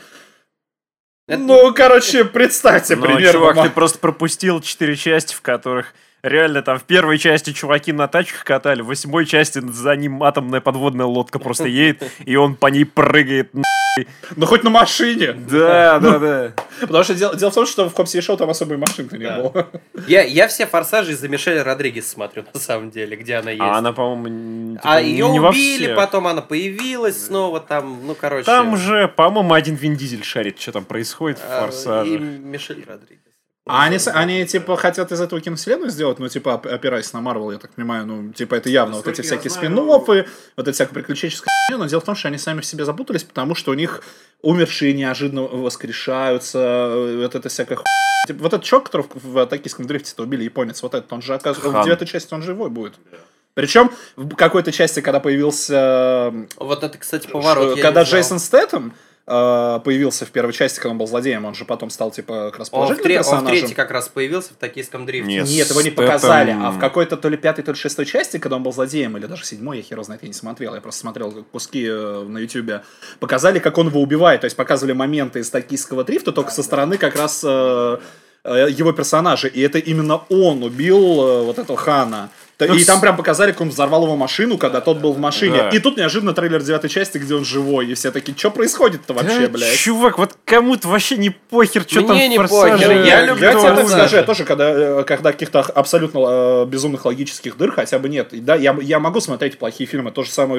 Ну, короче, представьте Ну, примерно. чувак, ты просто пропустил 4 части, в которых реально там в первой части чуваки на тачках катали, в 8 части за ним атомная подводная лодка просто едет, и он по ней прыгает. Ну, хоть на машине. Да, да, да. Потому что дело в том, что в «Хопсе и шоу» там особой машинки не было. Я все «Форсажи» из-за Мишель Родригес смотрю, на самом деле, где она есть. А она, по-моему, А ее не во убили, всех. потом она появилась снова там, ну, короче. Там же, по-моему, один Вин Дизель шарит, что там происходит в И «Форсаже». Мишель Родригес. А они, типа, хотят из этого киновселенную сделать, ну, типа, опираясь на Марвел, я так понимаю, ну, типа, это явно вот эти всякие спин-оффы, вот эти всякие приключенческие хуйня, но дело в том, что они сами в себе запутались, потому что у них умершие неожиданно воскрешаются, вот это всякая хуйня. Типа, вот этот чувак, которого в «Токийском дрифте»-то убили, японец, вот этот, он же, оказывается, в 9-й части он живой будет. Причем в какой-то части, когда появился... Вот это, кстати, поворот. Когда Джейсон Стэттем появился в первой части, когда он был злодеем, он же потом стал, типа, как раз Он в положительным персонажем. третьей как раз появился в «Токийском дрифте». Нет. Нет, его не Стэттем- показали, а в какой-то то ли 5-й, то ли 6-й части, когда он был злодеем, или даже 7-й, я хер знает, я не смотрел, я просто смотрел куски на ютубе, показали, как он его убивает, то есть показывали моменты из «Токийского дрифта», только со стороны как раз его персонажа, и это именно он убил вот этого Хана. И там прям показали, как он взорвал его машину, когда тот был в машине. Да. И тут неожиданно трейлер 9-й части, где он живой, и все такие, что происходит-то вообще, Да, блядь? чувак, вот кому-то вообще не похер, что Мне там не в «Форсаже». похер, я люблю Я тебе так «Форсаж». скажу, я тоже, когда каких-то абсолютно безумных логических дыр хотя бы нет. И да, я могу смотреть плохие фильмы, то же самое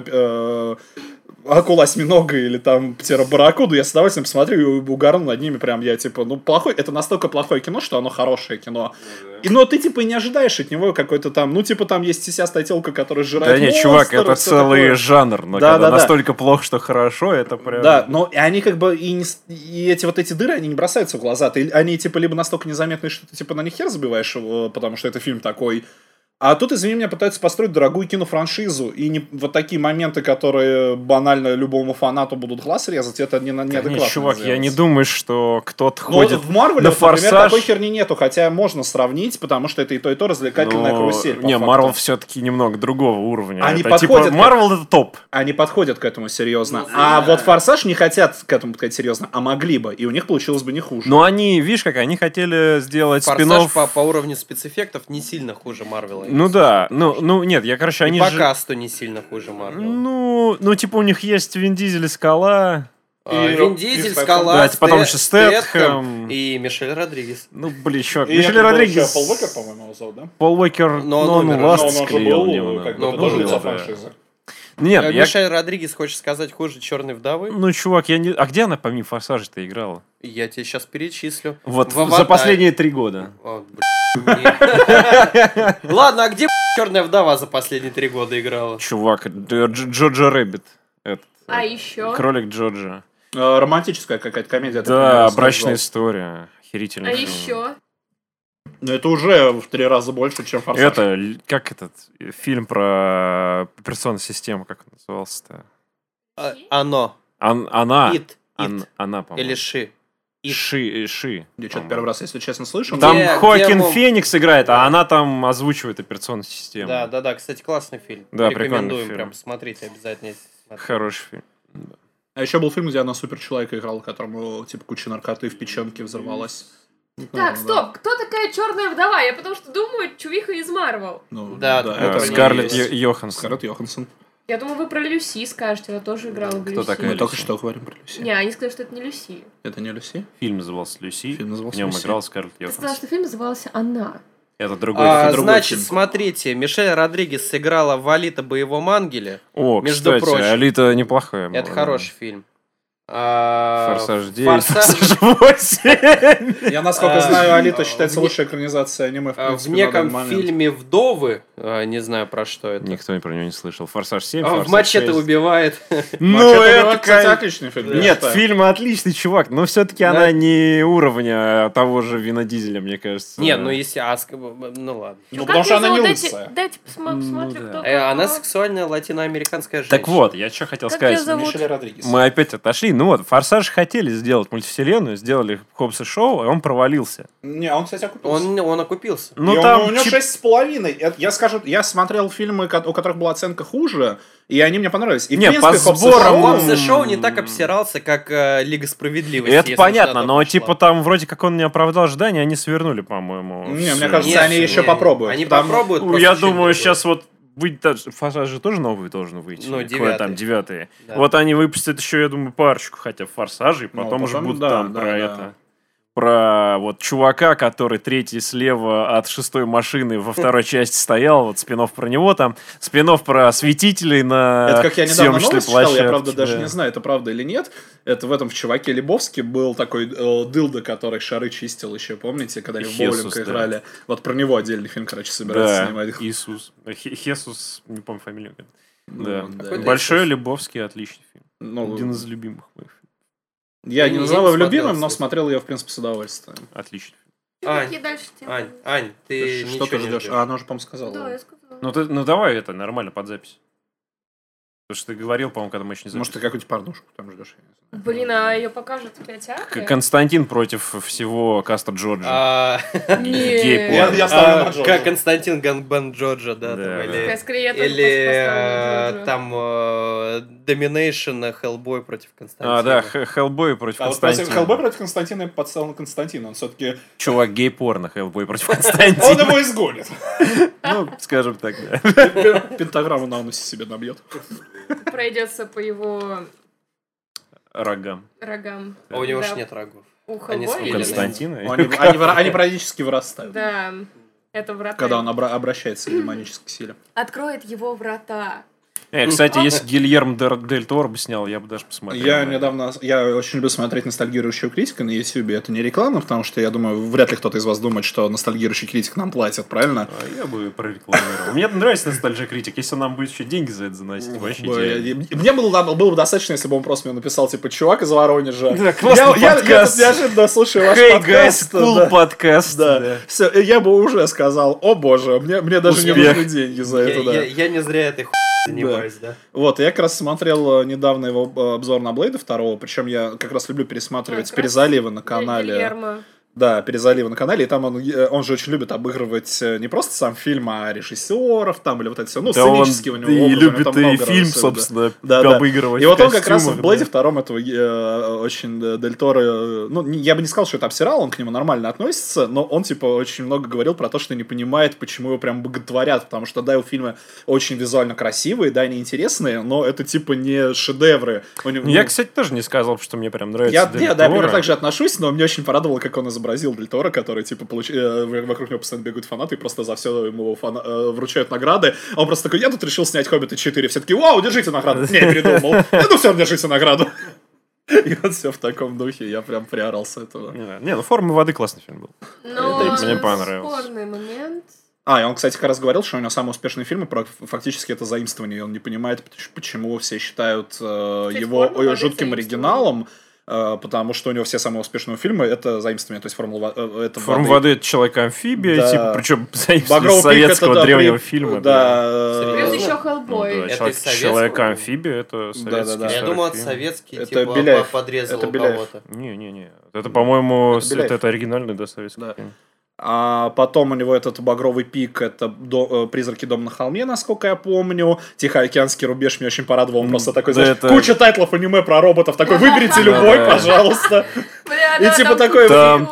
«Акула-осьминога» или там «Птера-барракуду», я с удовольствием посмотрю и угарну над ними прям, я типа, ну, плохой, это настолько плохое кино, что оно хорошее кино. Но ты типа и не ожидаешь от него какой-то там, ну, типа там есть сисястая телка, которая жрает Да нет, монстров, чувак, это всё целый такое. жанр, но Да, когда да, да. настолько плохо, что хорошо, это прям... Да, но и они как бы и эти вот эти дыры, они не бросаются в глаза. Они типа либо настолько незаметные, что ты типа на них хер забиваешь, потому что это фильм такой. А тут, извини меня, пытаются построить дорогую кинофраншизу. И не, вот такие моменты, которые банально любому фанату будут глаз резать, это неадекватно. Нет, чувак, сделать. я не думаю, что кто-то Но ходит в Марвеле, на например, «Форсаж». такой херни нету, хотя можно сравнить, потому что это и то развлекательная Но- карусель. по Не, факту. Марвел все-таки немного другого уровня. Они это подходят типа, к- Марвел это топ. Они подходят к этому серьезно. А вот «Форсаж» не хотят к этому подходить серьезно, а могли бы, и у них получилось бы не хуже. Но они, видишь, как они хотели сделать «Форсаж» спин-офф. по уровню спецэффектов не сильно хуже Марвела. Ну да, нет, я, короче, И они по же... касту не сильно хуже Марвел. Ну, типа у них есть Вин Дизель и Скала. Вин Дизель, Стэтхэм. Скала, Да, потом еще Стэтхэм. и Мишель Родригес. Ну, блин, чувак, И Мишель это был Родригес... Пол Уокер, по-моему, его зовут, да? Пол Уокер, Но он ну, он умер. ласт Но он же склеил был, мне, как бы, Ну, это был, тоже лицо да. франшизы. Нет, я... Мишель Родригес, хочешь сказать, хуже Черной вдовы? Ну, чувак, я не... А где она помимо Форсажа-то играла? Я тебе сейчас перечислю. Вот В за «Аватаре». последние 3 года. О, нет. Ладно, а где Черная вдова за последние 3 года играла? Чувак, Джоджо Рэббит. А еще? Кролик Джоджо. Романтическая какая-то комедия. я так Да, понимаю, брачная сказал. история. Охерительный А фильм. еще? Но это уже в 3 раза больше, чем «Форсаж». Это, как этот фильм про операционную систему, как он назывался-то? Оно. Она. Ит. Она, по-моему. Или Ши. Ит. Ши. Я что-то по-моему. первый раз, если честно, слышу. Там Где- Хоакин где, Феникс играет, а она там озвучивает операционную систему. Да, кстати, классный фильм. Да, прикольный Рекомендуем, фильм. прям посмотрите обязательно. Если смотрите. Хороший фильм. А еще был фильм, где она суперчеловека играла, которому типа куча наркоты в печенке взорвалась. Так, стоп, кто такая черная вдова? Я потому что думаю, чувиха из Марвел. Ну, Да, это Скарлетт есть. Йоханссон. Скарлетт Йоханссон. Я думаю, вы про Люси скажете, она тоже играла в Кто Люси. такая? Мы только Люси. что говорим про Люси. Не, они сказали, что это не Люси. Это не Люси? Фильм назывался «Люси». Фильм назывался В нем «Люси». играл Скарлетт Ты сказала, Йоханссон. что фильм назывался «Она». Это другой фильм. другой Значит, фильм. смотрите, Мишель Родригес сыграла в «Алита. Боевом ангеле». О, между кстати, прочим. Алита неплохая была. Это хороший фильм. Форсаж 9, Форсаж. Форсаж 8. Я, насколько знаю, Алита считается лучшей экранизацией аниме, в В принципе, на неком данный момент. фильме «Вдовы», не знаю про что это, Никто про него не слышал. Форсаж 7, в Форсаж «Мачете 6. убивает». Ну, «Мачете это, убивает», кстати, отличный фильм. я Нет, считаю. фильм отличный, чувак, но все-таки Да. она не уровня того же Вина Дизеля, мне кажется. Не, ну если Аска, ну ладно. Ну, потому что она не Дайте- лысая. Дайте посмотрю, да. кто Она кто. сексуальная латиноамериканская женщина. Так вот, я что хотел Как сказать. её зовут? Мишель Родригес. Мы опять отошли. Ну вот, Форсаж хотели сделать мультивселенную, сделали Хоббс и Шоу, и он провалился. Не, он, кстати, окупился. Он окупился. Ну И там у него чип- 6,5. Я смотрел фильмы, у которых была оценка хуже, и они мне понравились. И, в Не, принципе, по Хоббс и сборам Шоу- Хоббс и Шоу не так обсирался, как Лига Справедливости. Это если понятно, уж на то но пошло. типа там вроде как он не оправдал ожидания, они свернули, по-моему. Не, всё. мне кажется, Нет, они еще не, попробуют. Они Там- попробуют. Ну, просто я чуть думаю, другое. сейчас вот выйдет даже... Форсаж же тоже новый должен выйти. Ну, Какой 9-й. там 9-й. Да. Вот они выпустят еще, я думаю, парочку хотя бы Форсажей, Ну, потом уже потом, будут да, там да, про да. это. Про вот чувака, который третий слева от шестой машины во второй части стоял, вот спин про него там, спин про осветителей на Это как я недавно съемочной новость читал, я площадке, правда даже да. не знаю, это правда или нет. Это в этом в «Чуваке Лебовске» был такой дылда, который шары чистил еще, помните, когда они в Хесус, боулинг да. играли. Вот про него отдельный фильм, короче, собираются Да, снимать. Иисус. Хесус, не помню фамилию. Да. да. Какой-то Большой Иисус. Лебовский, отличный фильм. Ну, Один из любимых моих. я не Я называю не его смотрел, любимым, но кстати. смотрел ее, в принципе, с удовольствием. Отличный. Ань, Какие дальше темы? Ань, ты Что ничего ты не ждешь? ждешь. А, она уже, по-моему, сказала. Да, я сказала. Ну давай это нормально под запись. Потому что ты говорил, по-моему, когда мы еще не Может, ты записывали. какую-нибудь порнушку там ждешь? я не знаю. Блин, а ее покажут в кинотеатре? Константин против всего каста Джорджа. А, Гей-порно. Я ставлю на Джорджа. Как Константин Ганбан Джорджа, да, Да, там, да. или... Скорее, я тоже Или поставлю Джорджа. там Domination Хеллбой против Константина. А, да, Хеллбой против А вот против Константина. Хеллбой против Константина я подставил на Константина. Он все-таки... Чувак гей-порно, Хеллбой против Он Константина. его изгонит. Ну, скажем так, да. Пентаграмму на анусе себе набьет. Пройдется по его Рогам. рогам. А у него Да. ж нет рогов. У Они Хеллбоя с или Константина. Они периодически вырастают. Да, это врата. Когда он обращается к демонической силе. Откроет его врата. Кстати, если Гильермо Дель Торо бы снял, я бы даже посмотрел. Я очень люблю смотреть ностальгирующую критику на YouTube. Это не реклама, потому что я думаю, вряд ли кто-то из вас думает, что ностальгирующий критик нам платит, правильно? А я бы прорекламировал. Мне нравится ностальжи критик. Если он нам будет еще деньги за это заносить, вообще идеально. Мне было бы достаточно, если бы он просто мне написал, типа, чувак из Воронежа. Да, классный Я подкаст. тут неожиданно слушаю ваш Hey подкаст. guys, cool да. подкаст. Да. Все, я бы уже сказал, о боже, мне даже не Успех. нужны деньги за это, да. Я не зря этой занимаюсь, да. Вот, я как раз смотрел недавно его обзор на Блейда 2, причем я как раз люблю пересматривать Как раз перезаливы на канале. Гильермо. Да, «Перезалива» на канале, и там он же очень любит обыгрывать не просто сам фильм, а режиссеров там, или вот это все, ну, сценически у него и образы, любит там и много фильм, всего, собственно, да, обыгрывать. И вот он как раз костюмах, в «Блэде» втором этого очень Дель Торо, ну, я бы не сказал, что это обсирал, он к нему нормально относится, но он, типа, очень много говорил про то, что не понимает, почему его прям боготворят, потому что, да, его фильмы очень визуально красивые, да, они интересные, но это, типа, не шедевры. Я, кстати, тоже не сказал, что мне прям нравится Я, Дель да, Торо. примерно так же отношусь, но мне очень порадовало, как он изобразил Дель Торо, который, типа, вокруг него постоянно бегают фанаты и просто за все ему вручают награды. А он просто такой, я тут решил снять «Хоббита 4». Все таки, вау, держите награду. Не, передумал. Ну все, держите награду. И вот все в таком духе. Я прям приорал с этого. Не, ну «Форма воды» классный фильм был. Но мне понравился. спорный момент. И он, кстати, как раз говорил, что у него самые успешные фильмы фактически это заимствование. И он не понимает, почему все считают его жутким оригиналом. Потому что у него все самые успешные фильмы это заимствование, то есть «Формула воды» это «Человек-амфибия», да. типа, причем заимствование советского древнего фильма. Да. Плюс еще «Хеллбой». Это из советского? «Человек-амфибия» это советский. Да. Я думал, это фильм. советский, Это типа, Беляев. подрезал Это у Беляев. кого-то. Не. Это, по-моему, Это Беляев. это оригинальный, да, советский Да. фильм. А потом у него этот «Багровый пик», это «Призраки дома на холме», насколько я помню. «Тихоокеанский рубеж» меня очень порадовал. Он просто такой, знаешь, куча тайтлов аниме про роботов. Такой, выберите любой, пожалуйста. И типа такой... Там,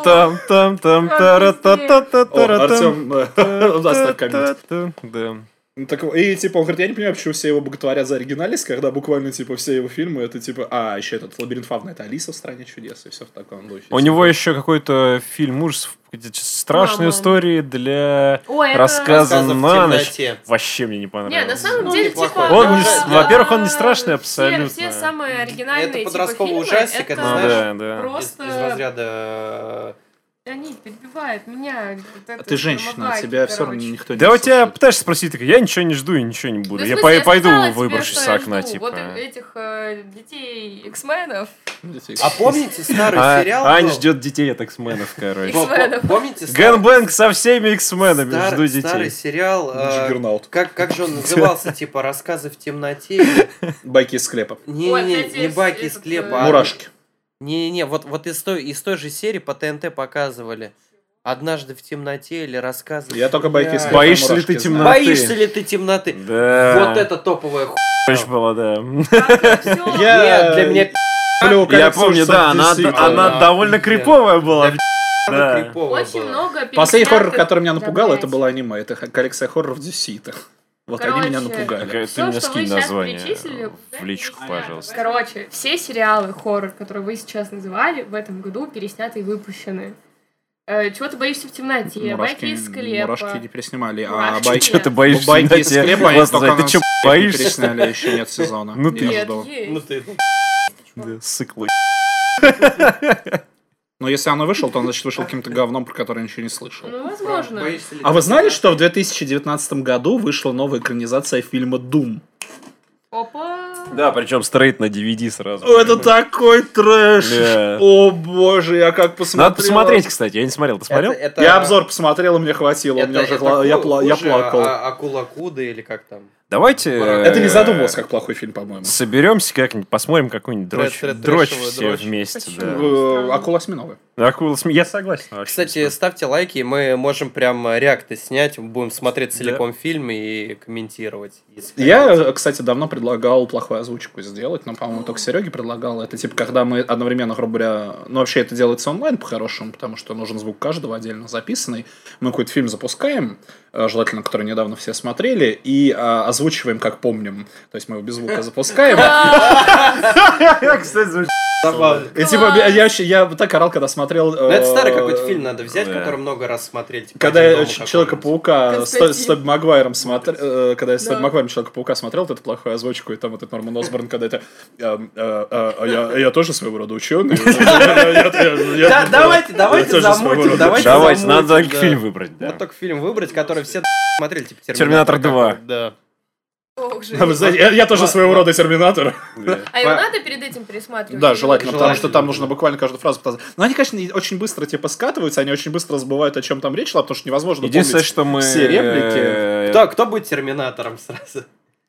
Артем, оставь камень. Да. И типа он говорит, я не понимаю, почему все его боготворят за оригинальность, когда буквально типа все его фильмы это типа, еще этот «Лабиринт Фавна» это «Алиса в стране чудес» и все в таком духе. У него еще какой-то фильм ужасов, страшные истории для рассказа на ночь. Вообще мне не понравилось. Не, на самом деле, типа... Во-первых, он не страшный абсолютно. Все самые оригинальные Это подростковый фильмы, ужастик, это, знаешь, да. просто... из разряда... Они перебивают меня. Ты женщина, тебя все равно никто не Да у тебя слушает. пытаешься спросить, такая, я ничего не жду и ничего не буду. Ну, в Я смысле, пойду, сказала тебе, выброшусь что с я окна, жду. типа. Вот этих детей X-менов. А помните старый сериал? Аня был? ждет детей от X-менов, короче. Помните Гэнбэнг со всеми X-менами, жду старый детей. сериал? Джиггернаут. Как же он назывался? Типа «Рассказы в темноте»? Байки из склепа. Не «Байки из склепа». а- Мурашки. Не, вот из той же серии по ТНТ показывали. «Однажды в темноте» или «Рассказы». Я только «Байки из склепа». Боишься ли «Мурашки» ты знаю. темноты? Боишься ли ты темноты? Да. Вот это топовая Очень было, да. Нет, для меня Я помню, да, она довольно криповая была. Да. криповая Очень была. много Последний хоррор, переснятых который меня напугал, это добавить. было аниме. Это коллекция хорроров DC-то. Вот они меня Короче, напугали. Ты Всё, мне что скинь вы сейчас название перечислили, в личку, пожалуйста. Короче, все сериалы хоррор, которые вы сейчас называли, в этом году пересняты и выпущены. Чего ты боишься в темноте? Байки из склепа. Мурашки не переснимали, а Мурашки байки... Что ты боишься? Байки из склепа, они Просто, только ты на что, не боишься? пересняли, еще нет сезона. Ну Не ты- Нет, жду. есть. Да, сыкло. Но если оно вышло, то он, значит, вышел каким-то говном, про которое я ничего не слышал. Ну, возможно. Боишься ли А ты вы знали, темноты? что в 2019 году вышла новая экранизация фильма «Doom»? Опа. Да, причем стрейт на DVD сразу. О, это такой трэш! Да. О боже, я как посмотрел. Надо посмотреть, кстати. Я не смотрел. Ты смотрел? Я обзор посмотрел, и мне хватило. У меня уже я плакал. Акула Куда или как там? Давайте... Это не задумывалось как плохой фильм, по-моему. Соберемся как-нибудь, посмотрим какую-нибудь дрочь Трэшевую все дрочь. вместе. Почему? Да. Акула осьминога. Я согласен. вообще. Кстати, ставьте лайки, мы можем прям реакты снять, будем смотреть целиком фильм и комментировать. Я, кстати, давно предлагал плохую озвучку сделать, но, по-моему, только Сереге предлагал. Это типа, когда мы одновременно, грубо говоря... Ну, вообще, это делается онлайн по-хорошему, потому что нужен звук каждого отдельно записанный. Мы какой-то фильм запускаем, желательно, который недавно все смотрели, и озвучиваем, как помним. То есть мы его без звука запускаем. Кстати, звучит. И типа, я так орал, когда смотрел... Ну, это старый какой-то фильм надо взять, да. который много раз смотрели. типа, Когда «Один я дома» какой-нибудь. Человека-паука с Константин. Тоби Магуайром смотрел, когда я с Да. Тоби Магуайром Человека-паука смотрел, вот эту плохую озвучку, и там вот этот Норман Осборн, когда это я тоже своего рода ученый. Давайте замутим, Давайте, надо только фильм выбрать. да. Вот только фильм выбрать, который все смотрели, типа «Терминатор 2». какой-то, Да. Ох, А вы знаете, я тоже своего рода терминатор. А его надо перед этим пересматривать? Да, Или желательно, вот- потому что там нужно буквально каждую фразу пытаться. Но они, конечно, очень быстро типа скатываются, они очень быстро забывают, о чем там речь шла, потому что невозможно Единственное, помнить что мы... все реплики. Кто будет терминатором сразу?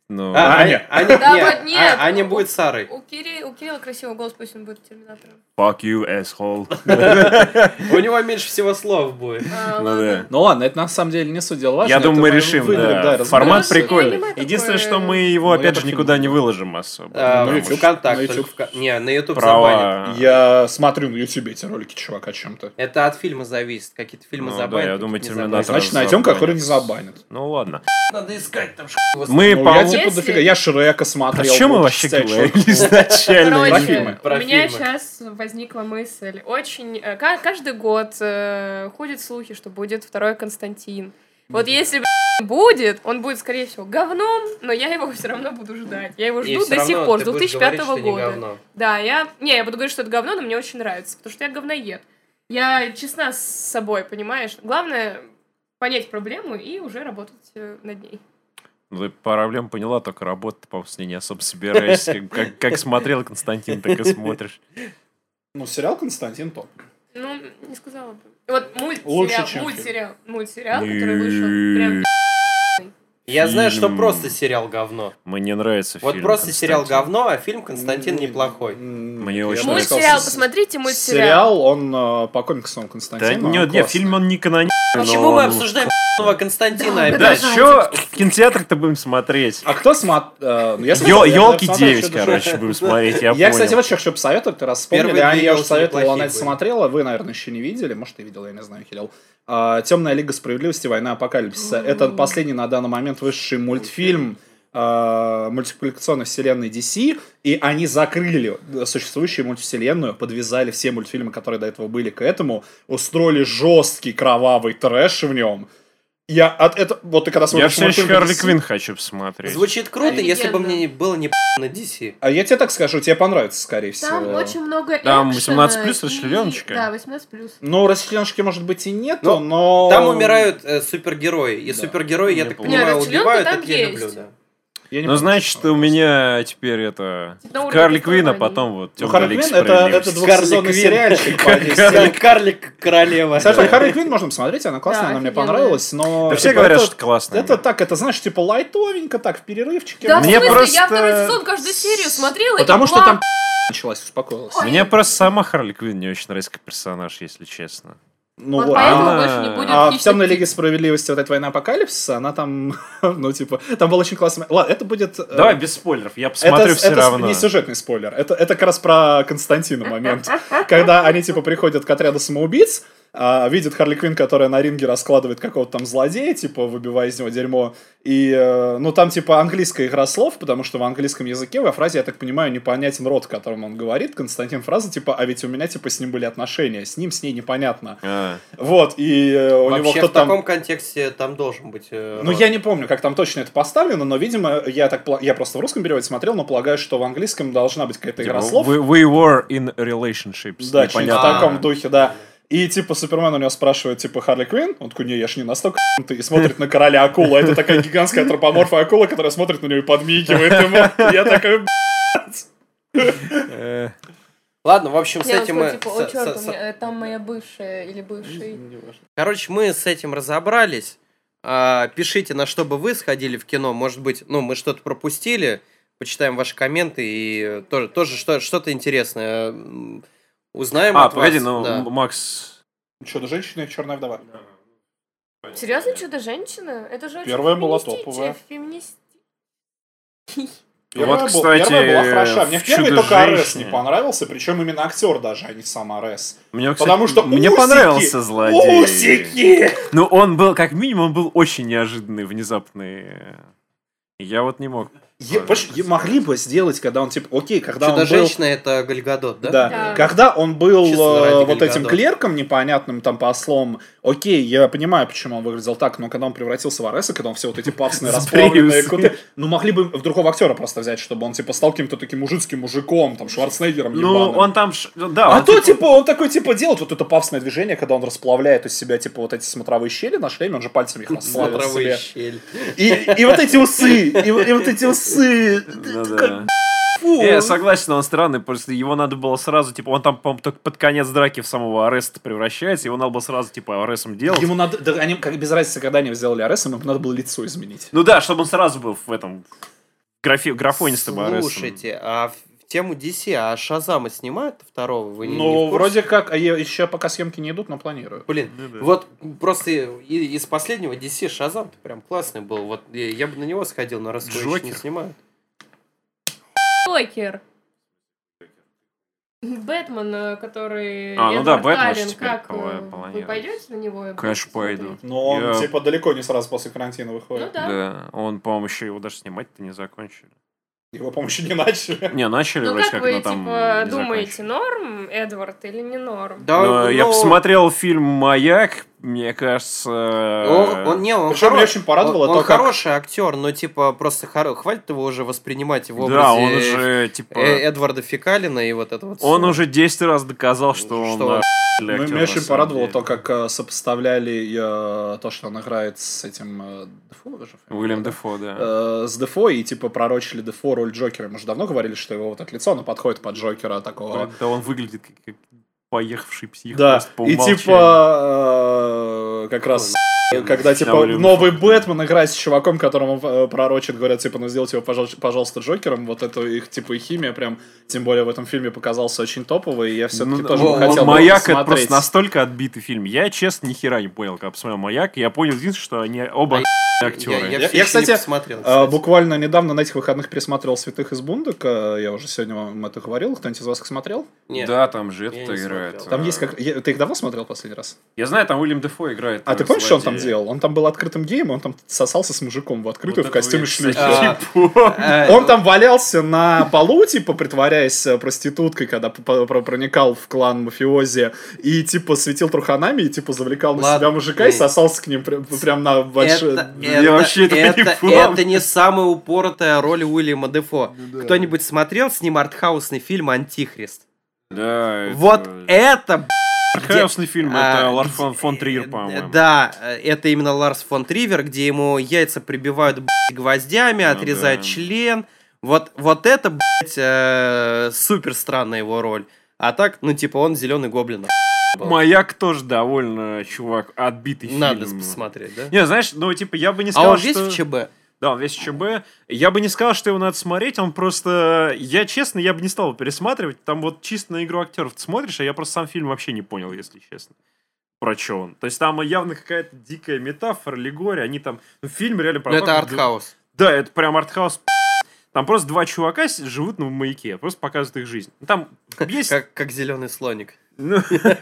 Ну, Аня. Да, вот нет. Аня будет Сарой. У Кирилла красивый голос, пусть он будет терминатором. fuck you, asshole. У него меньше всего слов будет. Ну да. Ну ладно, это на самом деле не суть дела. Я думаю, мы решим, да. Формат разберемся. прикольный. Я не Единственное, такое- что мы его, Ну, опять это же, фильм никуда не будет. выложим особо. на В YouTube. ВКонтакте. На YouTube. Не, на YouTube забанят. Права. Я смотрю на Ютубе эти ролики, чувак, о чем-то. Это от фильма зависит. Какие-то фильмы Ну да, забанят. я думаю, какие-то не Терминатор забанят. Значит, найдем, который не забанит. Ну ладно. Надо искать там Мы Ну, по... я типа Если- дофига, я Шрека Про смотрел. чем мы вот вообще всякие говорили штуки. изначально? Про Короче, фильмы. Про у меня фильмы. сейчас возникла мысль. Очень... Каждый год ходят слухи, что будет второй Константин. Вот если будет, он будет, скорее всего, говном, но я его все равно буду ждать. Я его И жду всё до сих равно пор, ты с будешь 2005 говорить, что не года. говно. Да, я буду говорить, что это говно, но мне очень нравится, потому что я говноед. Я честна с собой, понимаешь? Главное понять проблему и уже работать над ней. Ну, ты проблему поняла, только работать, по с ней не особо собираешься. Как смотрел Константин, так и смотришь. Ну, сериал «Константин» топ. Ну, не сказала бы. Вот Лучше, мультсериал, чем мультсериал, который вышел, прям Я знаю, что Фильм. просто сериал говно. Мне нравится Вот фильм просто сериал «Константин». говно, а фильм Константин неплохой. Мне очень Я бы нравится. сказал, мультсериал, посмотрите мультсериал. Сериал, он по комиксам Да Константина. нет, нет, фильм он не каноничный. Почему мы обсуждаем нового Константина Да, опять? Да, что в кинотеатр-то будем смотреть? А кто смотрел? Елки 9, короче, будем смотреть, я Я, кстати, понял. вот что хочу посоветовать, ты раз вспомнили, Первые Аня, две я уже «Елки» советовал, она неплохие это были. смотрела, вы, наверное, еще не видели, может, ты видел, я не знаю, Кирилл. «Темная лига справедливости. Война апокалипсиса». Это последний на данный момент вышедший мультфильм мультипликационной вселенной DC, и они закрыли существующую мультивселенную, подвязали все мультфильмы, которые до этого были к этому, устроили жесткий кровавый трэш в нем. Вот ты когда Я смотришь все еще мультфильм Харли DC, Квинн хочу посмотреть. Звучит круто, если бы Офигенно. мне было не на DC. а я тебе так скажу, тебе понравится, скорее Там всего. очень много Там экшена 18+ и- расчленёночка? Да, 18+. Ну, расчленшки, может быть, и нету, Ну, но... Там умирают супергерои. И Да. супергерои, я Не так помню. понимаю, Нет, расчленка убивают, там это я есть. люблю, да. Я не Ну, помню, значит, что у меня теперь это... На уровне Харли Квинн, а повествования. потом вот Ну, «Темная Харли лига Квинн это справедливости». двухсезонный Квинн. сериальчик по 10 серий. Карлик королева. Кстати, Харли Квинн можно посмотреть, она классная, Да, она мне офигенная. понравилась, но... Да все типа, говорят, это- что классно. Это так, это, знаешь, типа лайтовенько, так, в перерывчике. Да, в Мне смысле, просто- я второй сезон каждую серию смотрела. Потому и что была- там началась, успокоилась. Мне просто сама Харли Квинн не очень нравится как персонаж, если честно. Ну Вот вот. поэтому она- больше не будет А в хищных «Темной птиц». лиге справедливости» вот эта «Война апокалипсиса», она там, ну, типа, там был очень классный... Ладно, это будет... Давай без спойлеров, я посмотрю все это равно. не сюжетный спойлер. Это как раз про Константина момент. Когда они, типа, приходят к отряду самоубийц, видят Харли Квинн, которая на ринге раскладывает какого-то там злодея, типа, выбивая из него дерьмо. И, ну, там, типа, английская игра слов, потому что в английском языке во фразе, я так понимаю, непонятен род, которым он говорит. Константин фраза, типа, а ведь у меня, типа, с ним были отношения, с ней непонятно. А, Вот, и у него Вообще, кто-то в там... таком контексте там должен быть... Ну, я не помню, как там точно это поставлено, но, видимо, я просто в русском переводе смотрел, но полагаю, что в английском должна быть какая-то игра типа, слов. We were in relationships. Да, что-нибудь в непонятно. таком духе, да. И, типа, Супермен у него спрашивает, типа, Харли Квинн, он такой, не, я ж не настолько и смотрит на короля акула. Это такая гигантская антропоморфная акула, которая смотрит на него и подмигивает ему. Я такой, Э, Ладно, в общем, с Я этим вот мы... типа, о, черт, там моя бывшая или бывший. Короче, мы с этим разобрались. Пишите, на что бы вы сходили в кино. Может быть, ну, мы что-то пропустили. Почитаем ваши комменты и тоже что-то интересное узнаем от погоди, вас. ну, Да. Макс... Чудо-женщина и черная вдова. Серьезно, Чудо-женщина? Это же очень Первая была феминистичная, топовая. Вот, кстати, Первая была хороша. Мне в первой только «Чудо-женщине». Арес не понравился, причем именно актер даже, а не сам Арес. Мне, кстати, Потому что мне усики, понравился злодей. Усики! Ну, он был, как минимум, он был очень неожиданный, внезапный. Я вот не мог. Могли бы сделать, когда он, типа, окей, когда он был... Чудо-женщина это Гальгадот, да? Да. Да. Когда он был Чисто ради вот Гальгадот. этим клерком непонятным, там, послом, окей, я понимаю, почему он выглядел так, но когда он превратился в Ареса, когда он все вот эти пафосные, С расплавленные Брюсом. куты, ну, могли бы другого актера просто взять, чтобы он, типа, стал каким-то таким мужицким мужиком, там, Шварценеггером Ну, ебаным. он там... Да, А он, то, типа, он такой, типа, делает вот это пафосное движение, когда он расплавляет из себя, типа, вот эти смотровые щели на шлеме, он же пальцами их расплавил Смотровые себе. щель. И вот эти усы, и вот эти усы. Ну, да. Я согласен, он странный, просто его надо было сразу, типа, он там, по-моему, только под конец драки в самого Ареста превращается, его надо было сразу, типа, Аресом делать. Ему надо, да, они, как без разницы, когда они сделали Аресом, им надо было лицо изменить. Ну да, чтобы он сразу был в этом... Графонистым Аресом. Слушайте, а в тему DC, а Шазама снимают второго? Вы не в Ну, курсе? вроде как, еще пока съемки не идут, но планируют. Блин, вот просто из последнего DC Шазам прям классный был. Вот я бы на него сходил, но раз его еще не снимают. Джокер. Бэтмен, который... Ну да, Эдвард Бэтмен Каллен, теперь как планируют. вы пойдете на него? и Конечно, будете пойду. смотреть? Но он, Я- типа, далеко не сразу после карантина Ну выходит. да. Да, он, по-моему, еще его даже снимать-то не закончили. Его, по-моему, еще не начали. Не, начали Ну вроде как как, но вы, там типа, не думаете, закончили. норм Эдвард или не норм? Да, Но я ну, посмотрел фильм «Маяк», мне кажется... Он Причем меня очень порадовало он то, как- хороший актер, но типа просто хватит его уже воспринимать в образе Да, он уже, типа... Эдварда Фекалина и вот это вот. Он всё. уже 10 раз доказал, что он... Что он- актер, Меня на очень самом порадовало деле. то, как сопоставляли то, что он играет с этим Дефо, же фамилия, Уильям да? Дефо, да. С Дефо, и типа пророчили Дефо роль Джокера. Мы же давно говорили, что его вот это лицо, оно подходит под Джокера такого. Да, он выглядит как поехавший псих. Да, просто по и умолчанию. типа как раз когда типа Уильям новый Дефо. Бэтмен играет с чуваком, которому пророчит, говорят, типа, ну сделайте его, пожалуйста, Джокером. Вот это их типа и химия прям, тем более в этом фильме показался очень топовый, и я все-таки Ну, тоже бы хотел бы «Маяк» это посмотреть. просто настолько отбитый фильм. Я, честно, ни хера не понял, когда посмотрел «Маяк». Я понял единственное, что они оба актеры. Я Я, всё ещё кстати, не посмотрел. кстати. буквально недавно на этих выходных пересматривал «Святых из Бундока». Я уже сегодня вам это говорил. Кто-нибудь из вас их смотрел? Нет. Да, там же Я это не играет. смотрел. Там есть как... Ты их давно смотрел последний раз? Я знаю, там Уильям Дефо играет. А ты помнишь, что он там делал? Он там был открытым геем, он там сосался с мужиком в открытую в костюме шлюхи. Он там валялся на полу, типа, притворяясь проституткой, когда проникал в клан мафиози, и, типа, светил труханами, и, типа, завлекал на Ладно, себя мужика и не. сосался к ним прям на большой... Я вообще этого не понял. это не самая упоротая роль Уильяма Дефо. Кто-нибудь смотрел с ним артхаусный фильм «Антихрист»? Да, Вот это, Хаосный фильм, это А, Ларс где- фон Триер, по-моему. Да, это именно Ларс фон Тривер, где ему яйца прибивают гвоздями, отрезают да. член. Вот это, супер странная его роль. А так, ну, типа, он зеленый гоблин. «Маяк» тоже довольно, чувак, отбитый Надо фильм. посмотреть, да? Не, знаешь, ну, типа, я бы не А сказал, он что... весь в ЧБ? Да, он весь в ЧБ. Я бы не сказал, что его надо смотреть, он просто... Я, честно, я бы не стал его пересматривать. Там вот чисто на игру актеров ты смотришь, а я просто сам фильм вообще не понял, если честно. Про что он. То есть там явно какая-то дикая метафора, аллегория. Они там... Ну, фильм реально про... Ну, то, это как- артхаус. Да, это прям артхаус. Там просто два чувака живут в маяке, просто показывают их жизнь. Там есть... Как зеленый слоник. Ну,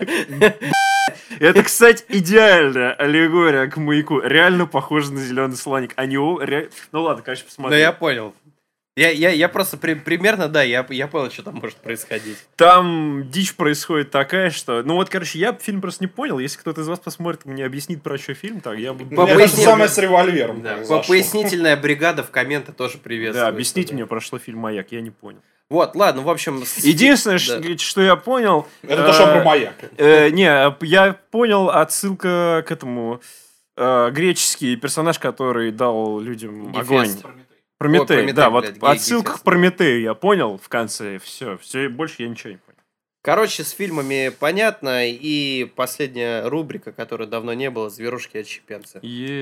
это, кстати, идеальная аллегория к маяку. Реально похоже на зеленый слоник. Они ну ладно, конечно, Ну, посмотрим. я понял. Я просто примерно, да, я понял, что там может происходить. Там дичь происходит такая, что... Ну вот, короче, я фильм просто не понял. Если кто-то из вас посмотрит, мне объяснит, про что фильм, так я буду... По- Мне кажется, поясни- самое с револьвером. Да, произошло. пояснительная бригада в комменты тоже приветствует. Да, объясните мне, про что фильм «Маяк», я не понял. Вот, ладно, в общем... Единственное, Да. что я понял... Это то, что он про маяк. Не, я понял отсылка к этому... Греческий персонаж, который дал людям огонь. Гефест. Прометей, Ой, Прометей, да, вот блядь, отсылка Гефест. к Прометею я понял в конце, все, больше я ничего не понял. Короче, с фильмами понятно. И последняя рубрика, которой давно не было, «Зверушки отщепенцы».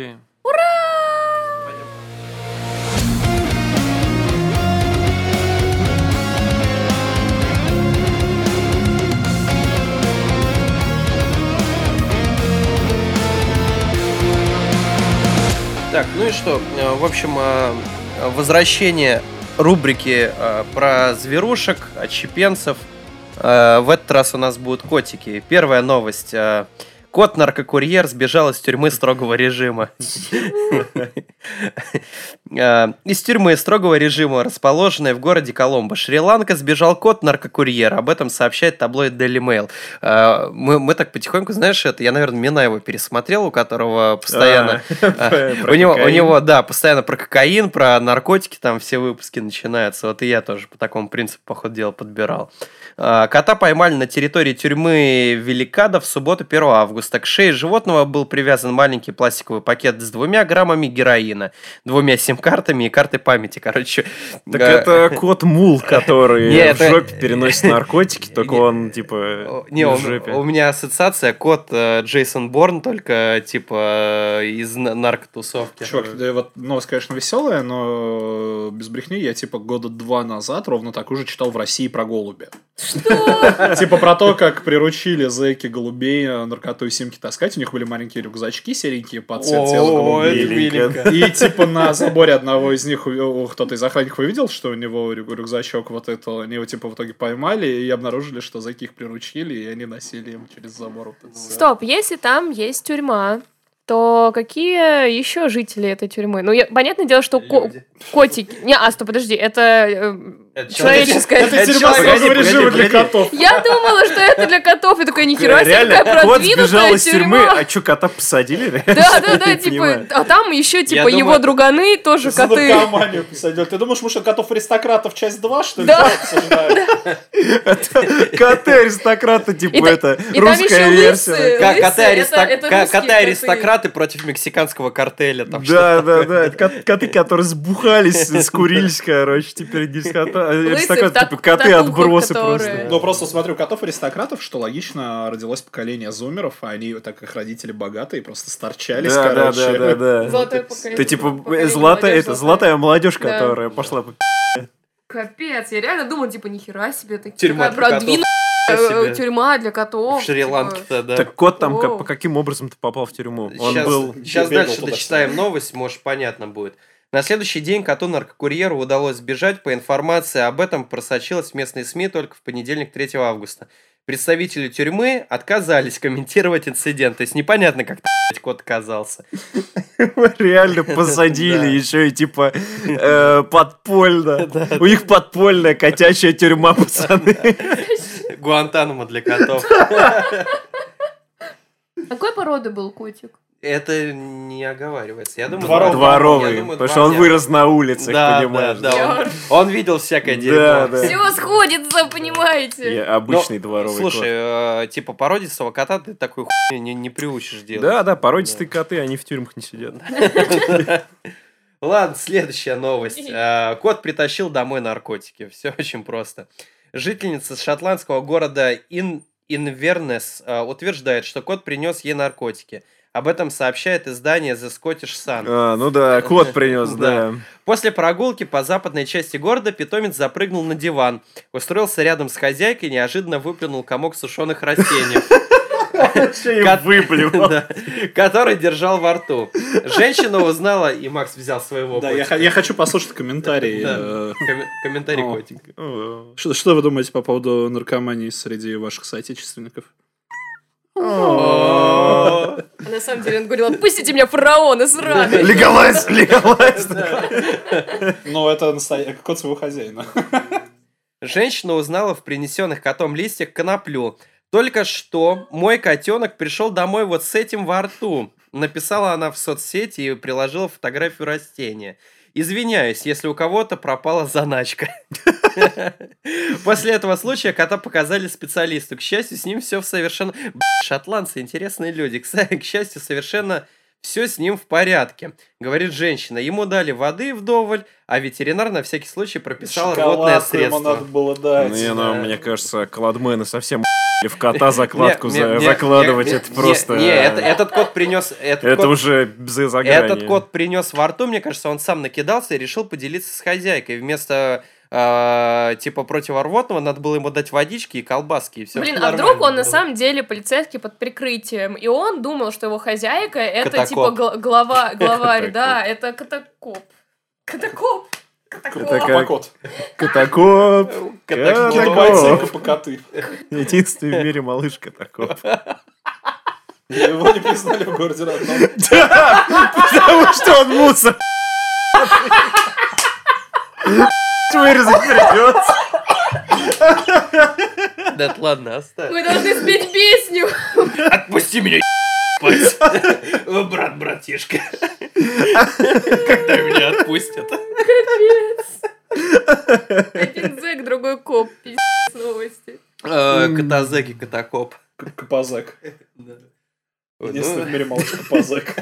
Так, ну и что? В общем, возвращение рубрики про зверушек, отщепенцев. В этот раз у нас будут котики. Первая новость. Кот-наркокурьер сбежал из тюрьмы строгого режима. Из тюрьмы строгого режима, расположенной в городе Коломбо, Шри-Ланка, сбежал кот-наркокурьер. Об этом сообщает таблоид Daily Mail. Мы так потихоньку, знаешь, это я, наверное, Минаева пересмотрел, у которого постоянно... У него, да, постоянно про кокаин, про наркотики, там все выпуски начинаются. Вот и я тоже по такому принципу, по ходу дела, подбирал. Кота поймали на территории тюрьмы Великада в субботу, 1 августа. августа к шее животного был привязан маленький пластиковый пакет с 2 граммами героина, 2 сим-картами и картой памяти. Короче, Так это кот Мул, который Не, в это- жопе переносит наркотики, только он, типа, не, в жопе. у меня ассоциация кот Джейсон Борн, только типа из наркотусовки. Чувак, да, вот новость, конечно, веселая, но без брехни я типа года 2 назад ровно такую же читал в России про голубя. Что? Типа про то, как приручили зэки голубей наркоту и симки таскать. У них были маленькие рюкзачки серенькие под цвет тела О, это голубей. миленько. И типа на заборе одного из них кто-то из охранников увидел, что у него рюкзачок вот это. Они его типа в итоге поймали и обнаружили, что зэки их приручили, и они носили им через забор. Вот это всё. Стоп, если там есть тюрьма, то какие еще жители этой тюрьмы? Ну, понятное дело, что Люди. котики... стоп, подожди, это Это человеческая... Это тюрьма человек. строгого Погоди, режима для погоди. котов. Я думала, что это для котов, и такая, нихера себе, Реально, какая кот сбежал продвинутая из тюрьмы, тюрьма. а что, кота посадили? Да, Не типа, понимаю. а там еще, типа, думаю, его друганы тоже За коты. наркоманию посадил. Ты думаешь, может, котов-аристократов часть 2, что ли? Да. обсуждаем? Это коты-аристократы, И типа, та- это и там русская еще версия. лысые. Коты-аристократы против мексиканского картеля. Там Да, да, да. Это коты, которые сбухались, скурились, короче. Теперь аристократы, в типа коты татухах, отбросы которые- просто. Ну, просто смотрю, котов-аристократов, что логично, родилось поколение зумеров, а они, так как родители богатые, просто сторчались, Да, да, короче. да, да, да. Золотое поколение. Это типа Поколение золотая, молодежь это золотая молодежь, Да. которая пошла по Капец, я реально думала, типа, нихера себе, Тюрьма такая для котов. продвинутая Себе. тюрьма для котов. В Шри-Ланке-то, да. Так кот там Воу. по каким образом-то попал в тюрьму? Он Сейчас, был... бегал дальше туда-сюда. дочитаем новость, может, понятно будет. На следующий день коту-наркокурьеру удалось сбежать. По информации об этом просочилась в местные СМИ только в понедельник, 3 августа. Представители тюрьмы отказались комментировать инцидент. То есть непонятно, как кот оказался. Реально посадили Да. еще и типа подпольно. У них подпольная котячая тюрьма, пацаны. Гуантанамо для котов. Какой породы был котик? Это не оговаривается. Я думаю, Дворовый. я Дворовый, думаю, потому что он дворняга. вырос на улицах, Да, понимаешь. да, да. Он видел всякое Да, дерьмо. да. Все сходится, понимаете? Я обычный Ну, дворовый слушай, кот. типа породистого кота ты такой хуйню не приучишь делать. Да, да, породистые коты, они в тюрьмах не сидят. Ладно, следующая новость. Кот притащил домой наркотики. Все очень просто. Жительница шотландского города Инвернес утверждает, что кот принес ей наркотики. Об этом сообщает издание The Scottish Sun. Ну да, кот принес, да. После прогулки по западной части города питомец запрыгнул на диван, устроился рядом с хозяйкой и неожиданно выплюнул комок сушеных растений. Вообще Кот- выплюнул. Да, который держал во рту. Женщина узнала, и Макс взял своего Да, котика. я хочу послушать комментарии. Да. Комментарий О. котика. Что вы думаете по поводу наркомании среди ваших соотечественников? О, А на самом деле он говорил, отпустите меня, фараоны сраные. Легалайз, легалайз. Ну, это кот своего хозяина. Женщина узнала в принесенных котом листьях коноплю. Только что мой котенок пришел домой вот с этим во рту. Написала она в соцсети и приложила фотографию растения. Извиняюсь, если у кого-то пропала заначка. После этого случая кота показали специалисту. К счастью, с ним все совершенно... Шотландцы интересные люди. К счастью, совершенно все с ним в порядке. Говорит женщина. Ему дали воды вдоволь, а ветеринар на всякий случай прописал рвотное Шоколадку ему надо средство. было дать. Не, ну, мне кажется, кладмены совсем в кота закладку Не, закладывать, не, это просто... Не, этот кот принес... Это уже за гранью. Этот кот принес во рту, мне кажется, он сам накидался и решил поделиться с хозяйкой. Вместо типа противорвотного надо было ему дать водички и колбаски, и все. Блин, а вдруг он на самом деле полицейский под прикрытием, и он думал, что его хозяйка это Котокоп. типа главарь, Котокоп. да, это котокоп. Котокоп. Котокоп. Это как Котокот. Котокоп. Ботинка по коты. Единственный в мире малыш Котокоп. Его не признали в городе родном. Потому что он мусор. Вырезать придется. Да ладно, оставь. Мы должны спеть песню. Отпусти меня, О, братишка. Когда меня отпустят? Один зэк, другой коп. Пиздец новости. Котозеки, котокоп. Капазак. Единственный в мире малышка Пазык.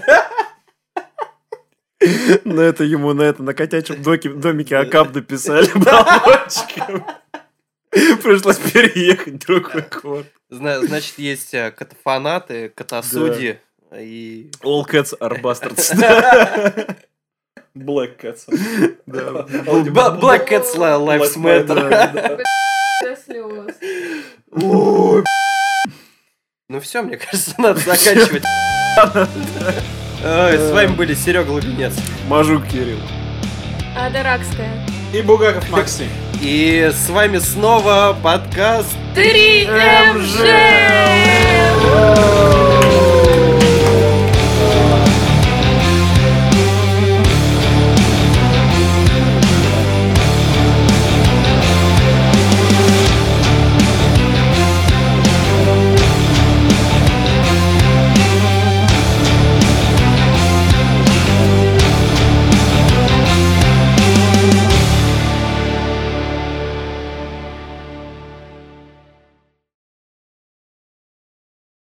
На это ему на котячем домике Акап дописали баллончиком. Пришлось переехать в другой город. Значит, есть котофанаты, котосудьи и... All cats are bastards. Black Cats. Black Cats Lives Matter. До слез. Ну все, мне кажется, надо заканчивать. С вами были Серега Лубенец. Мажук Кирилл. Ада Ракская. И Бугаков Максим. И с вами снова подкаст 3МЖ!